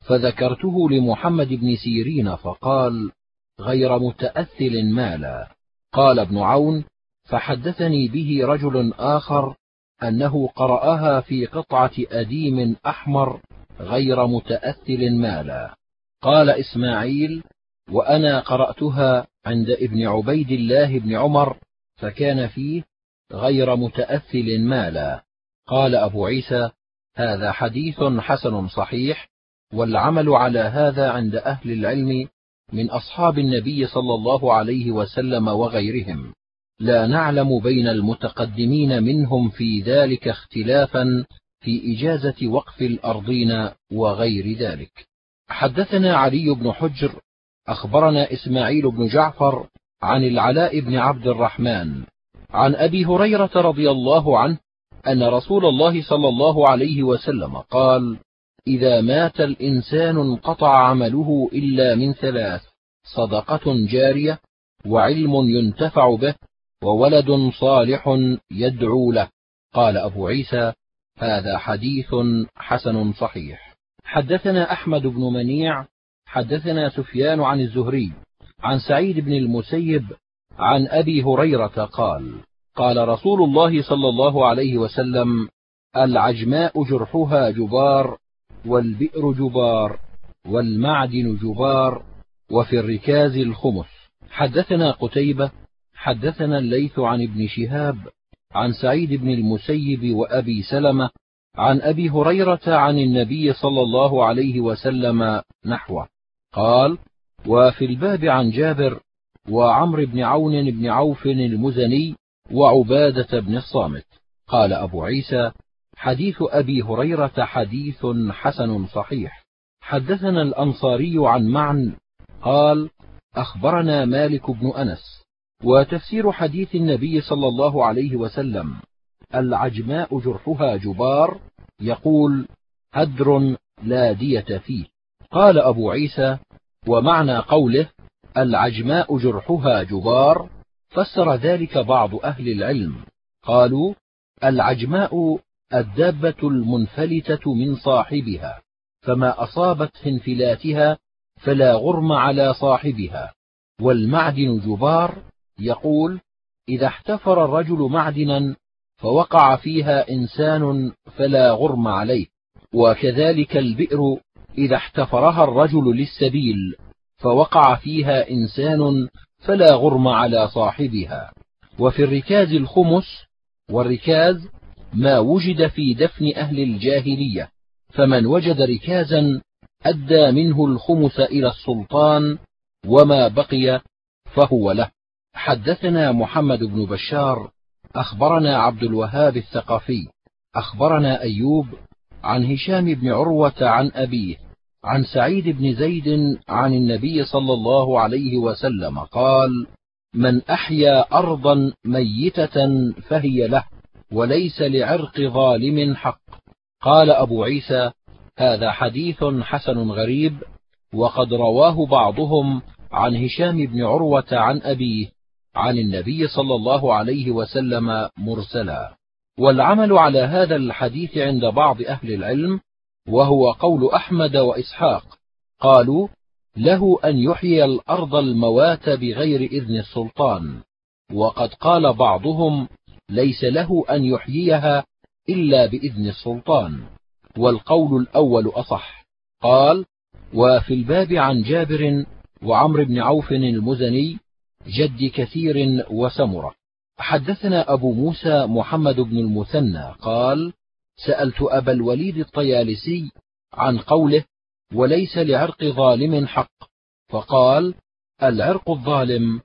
فذكرته لمحمد بن سيرين فقال: غير متأثل مالا. قال ابن عون: فحدثني به رجل آخر أنه قرأها في قطعة أديم أحمر غير متأثل مالا. قال إسماعيل: وأنا قرأتها عند ابن عبيد الله بن عمر فكان فيه غير متأثل مالا. قال أبو عيسى: هذا حديث حسن صحيح، والعمل على هذا عند أهل العلم من أصحاب النبي صلى الله عليه وسلم وغيرهم، لا نعلم بين المتقدمين منهم في ذلك اختلافا في إجازة وقف الأرضين وغير ذلك. حدثنا علي بن حجر أخبرنا إسماعيل بن جعفر عن العلاء بن عبد الرحمن عن أبي هريرة رضي الله عنه أن رسول الله صلى الله عليه وسلم قال: إذا مات الإنسان انقطع عمله إلا من ثلاث: صدقة جارية، وعلم ينتفع به، وولد صالح يدعو له. قال أبو عيسى: هذا حديث حسن صحيح. حدثنا أحمد بن منيع حدثنا سفيان عن الزهري عن سعيد بن المسيب عن أبي هريرة قال: قال رسول الله صلى الله عليه وسلم: العجماء جرحها جبار، والبئر جبار، والمعدن جبار، وفي الركاز الخمس. حدثنا قتيبة حدثنا الليث عن ابن شهاب عن سعيد بن المسيب وأبي سلمة عن أبي هريرة عن النبي صلى الله عليه وسلم نحوه. قال: وفي الباب عن جابر وعمرو بن عون بن عوف المزني وعبادة بن الصامت. قال أبو عيسى: حديث أبي هريرة حديث حسن صحيح. حدثنا الأنصاري عن معن قال: أخبرنا مالك بن أنس. وتفسير حديث النبي صلى الله عليه وسلم: العجماء جرحها جبار، يقول: هدر لا دية فيه. قال أبو عيسى: ومعنى قوله العجماء جرحها جبار فسر ذلك بعض أهل العلم، قالوا: العجماء الدابة المنفلتة من صاحبها، فما أصابت انفلاتها فلا غرم على صاحبها. والمعدن جبار، يقول: إذا احتفر الرجل معدنا فوقع فيها إنسان فلا غرم عليه. وكذلك البئر إذا احتفرها الرجل للسبيل فوقع فيها إنسان فلا غرم على صاحبها. وفي الركاز الخمس، والركاز ما وجد في دفن أهل الجاهلية، فمن وجد ركازا أدى منه الخمس إلى السلطان، وما بقي فهو له. حدثنا محمد بن بشار أخبرنا عبد الوهاب الثقفي أخبرنا أيوب عن هشام بن عروة عن أبيه عن سعيد بن زيد عن النبي صلى الله عليه وسلم قال: من أحيا أرضا ميتة فهي له، وليس لعرق ظالم حق. قال أبو عيسى: هذا حديث حسن غريب، وقد رواه بعضهم عن هشام بن عروة عن أبيه عن النبي صلى الله عليه وسلم مرسلا. والعمل على هذا الحديث عند بعض أهل العلم، وهو قول أحمد وإسحاق، قالوا: له أن يحيي الأرض الموات بغير إذن السلطان. وقد قال بعضهم: ليس له أن يحييها إلا بإذن السلطان، والقول الأول أصح. قال: وفي الباب عن جابر وعمرو بن عوف المزني جد كثير وسمرة. حدثنا أبو موسى محمد بن المثنى قال: سألت أبا الوليد الطيالسي عن قوله: وليس لعرق ظالم حق، فقال: العرق الظالم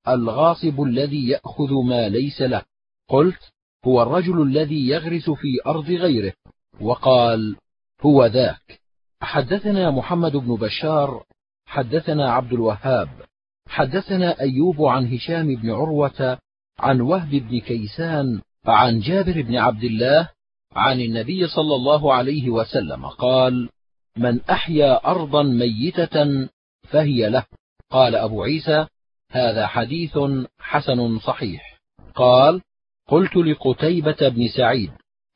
الغاصب الذي يأخذ ما ليس له. قلت: هو الرجل الذي يغرس في أرض غيره. وقال: هو ذاك. حدثنا محمد بن بشار حدثنا عبد الوهاب حدثنا أيوب عن هشام بن عروة عن وهب بن كيسان عن جابر بن عبد الله عن النبي صلى الله عليه وسلم قال: من أحيا أرضا ميتة فهي له. قال أبو عيسى: هذا حديث حسن صحيح. قال: قلت لقتيبة بن سعيد: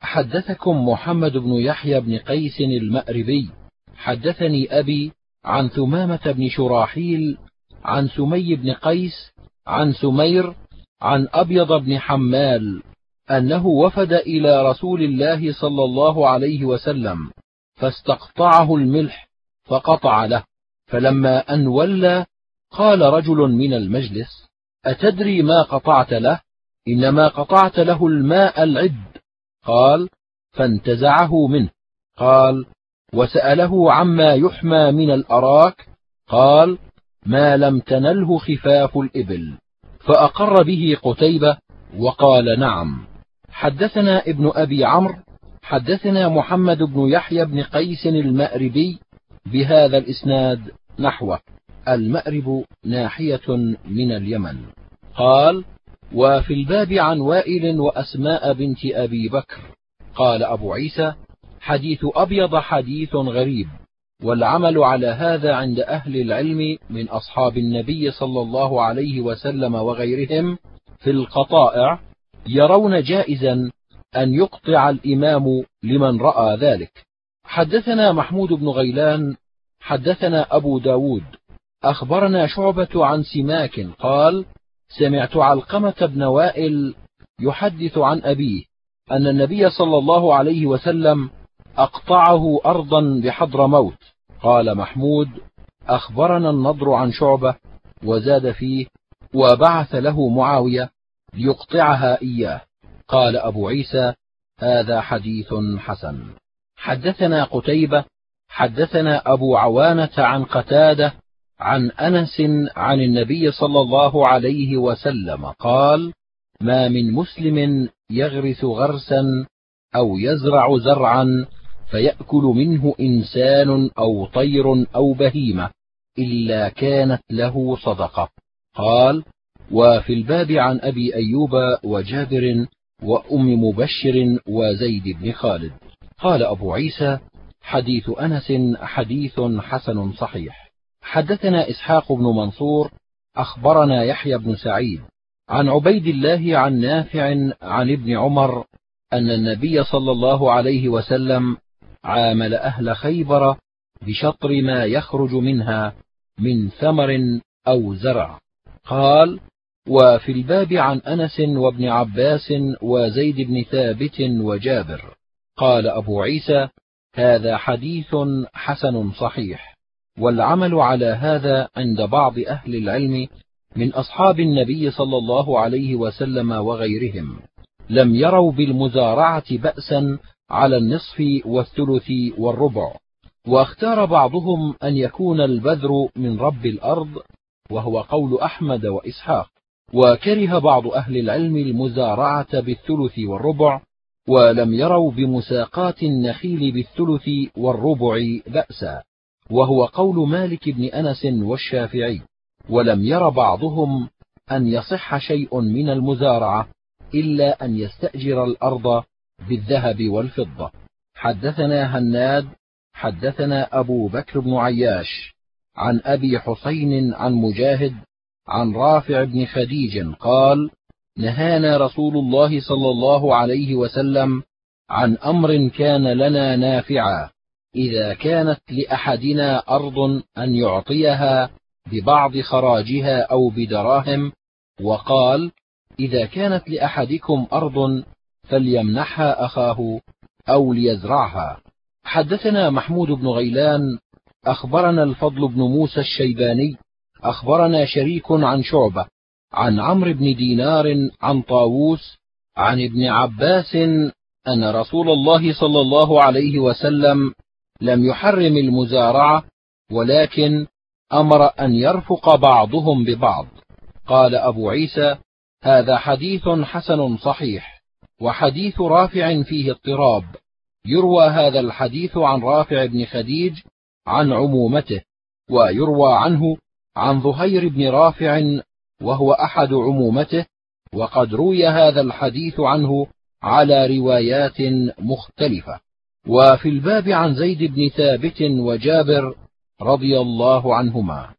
حدثكم محمد بن يحيى بن قيس المأربي حدثني أبي عن ثمامة بن شراحيل عن سمي بن قيس عن سمير عن أبيض بن حمال أنه وفد إلى رسول الله صلى الله عليه وسلم فاستقطعه الملح فقطع له، فلما أن ولى قال رجل من المجلس: أتدري ما قطعت له؟ إنما قطعت له الماء العذب. قال: فانتزعه منه. قال: وسأله عما يحمى من الأراك. قال: ما لم تنله خفاف الإبل. فأقر به قتيبة وقال: نعم. حدثنا ابن أبي عمرو حدثنا محمد بن يحيى بن قيس المأربي بهذا الإسناد نحوه. المأرب ناحية من اليمن. قال: وفي الباب عن وائل وأسماء بنت أبي بكر. قال أبو عيسى: حديث أبيض حديث غريب، والعمل على هذا عند أهل العلم من أصحاب النبي صلى الله عليه وسلم وغيرهم في القطائع، يرون جائزا أن يقطع الإمام لمن رأى ذلك. حدثنا محمود بن غيلان حدثنا أبو داود أخبرنا شعبة عن سماك قال: سمعت علقمة بن وائل يحدث عن أبيه أن النبي صلى الله عليه وسلم أقطعه أرضا بحضرموت. قال محمود: أخبرنا النضر عن شعبة، وزاد فيه: وبعث له معاوية ليقطعها إياه. قال أبو عيسى: هذا حديث حسن. حدثنا قتيبة حدثنا أبو عوانة عن قتادة عن أنس عن النبي صلى الله عليه وسلم قال: ما من مسلم يغرس غرسا أو يزرع زرعا فيأكل منه إنسان أو طير أو بهيمة إلا كانت له صدقة. قال: وفي الباب عن أبي أيوب وجابر وأم مبشر وزيد بن خالد. قال أبو عيسى: حديث أنس حديث حسن صحيح. حدثنا إسحاق بن منصور أخبرنا يحيى بن سعيد عن عبيد الله عن نافع عن ابن عمر أن النبي صلى الله عليه وسلم عامل أهل خيبر بشطر ما يخرج منها من ثمر أو زرع. قال: وفي الباب عن أنس وابن عباس وزيد بن ثابت وجابر. قال أبو عيسى: هذا حديث حسن صحيح، والعمل على هذا عند بعض أهل العلم من أصحاب النبي صلى الله عليه وسلم وغيرهم، لم يروا بالمزارعة بأسا على النصف والثلث والربع. واختار بعضهم أن يكون البذر من رب الأرض، وهو قول أحمد وإسحاق. وكره بعض أهل العلم المزارعة بالثلث والربع، ولم يروا بمساقات النخيل بالثلث والربع بأسا، وهو قول مالك بن أنس والشافعي. ولم ير بعضهم أن يصح شيء من المزارعة إلا أن يستأجر الأرض بالذهب والفضة. حدثنا هناد حدثنا أبو بكر بن عياش عن أبي حسين عن مجاهد عن رافع بن خديج قال: نهانا رسول الله صلى الله عليه وسلم عن أمر كان لنا نافعا، إذا كانت لأحدنا أرض أن يعطيها ببعض خراجها أو بدراهم، وقال: إذا كانت لأحدكم أرض فليمنحها أخاه أو ليزرعها. حدثنا محمود بن غيلان أخبرنا الفضل بن موسى الشيباني أخبرنا شريك عن شعبة عن عمرو بن دينار عن طاووس عن ابن عباس أن رسول الله صلى الله عليه وسلم لم يحرم المزارعة، ولكن أمر أن يرفق بعضهم ببعض. قال أبو عيسى: هذا حديث حسن صحيح. وحديث رافع فيه اضطراب، يروى هذا الحديث عن رافع بن خديج عن عمومته، ويروى عنه عن ظهير بن رافع وهو أحد عمومته، وقد روي هذا الحديث عنه على روايات مختلفة. وفي الباب عن زيد بن ثابت وجابر رضي الله عنهما.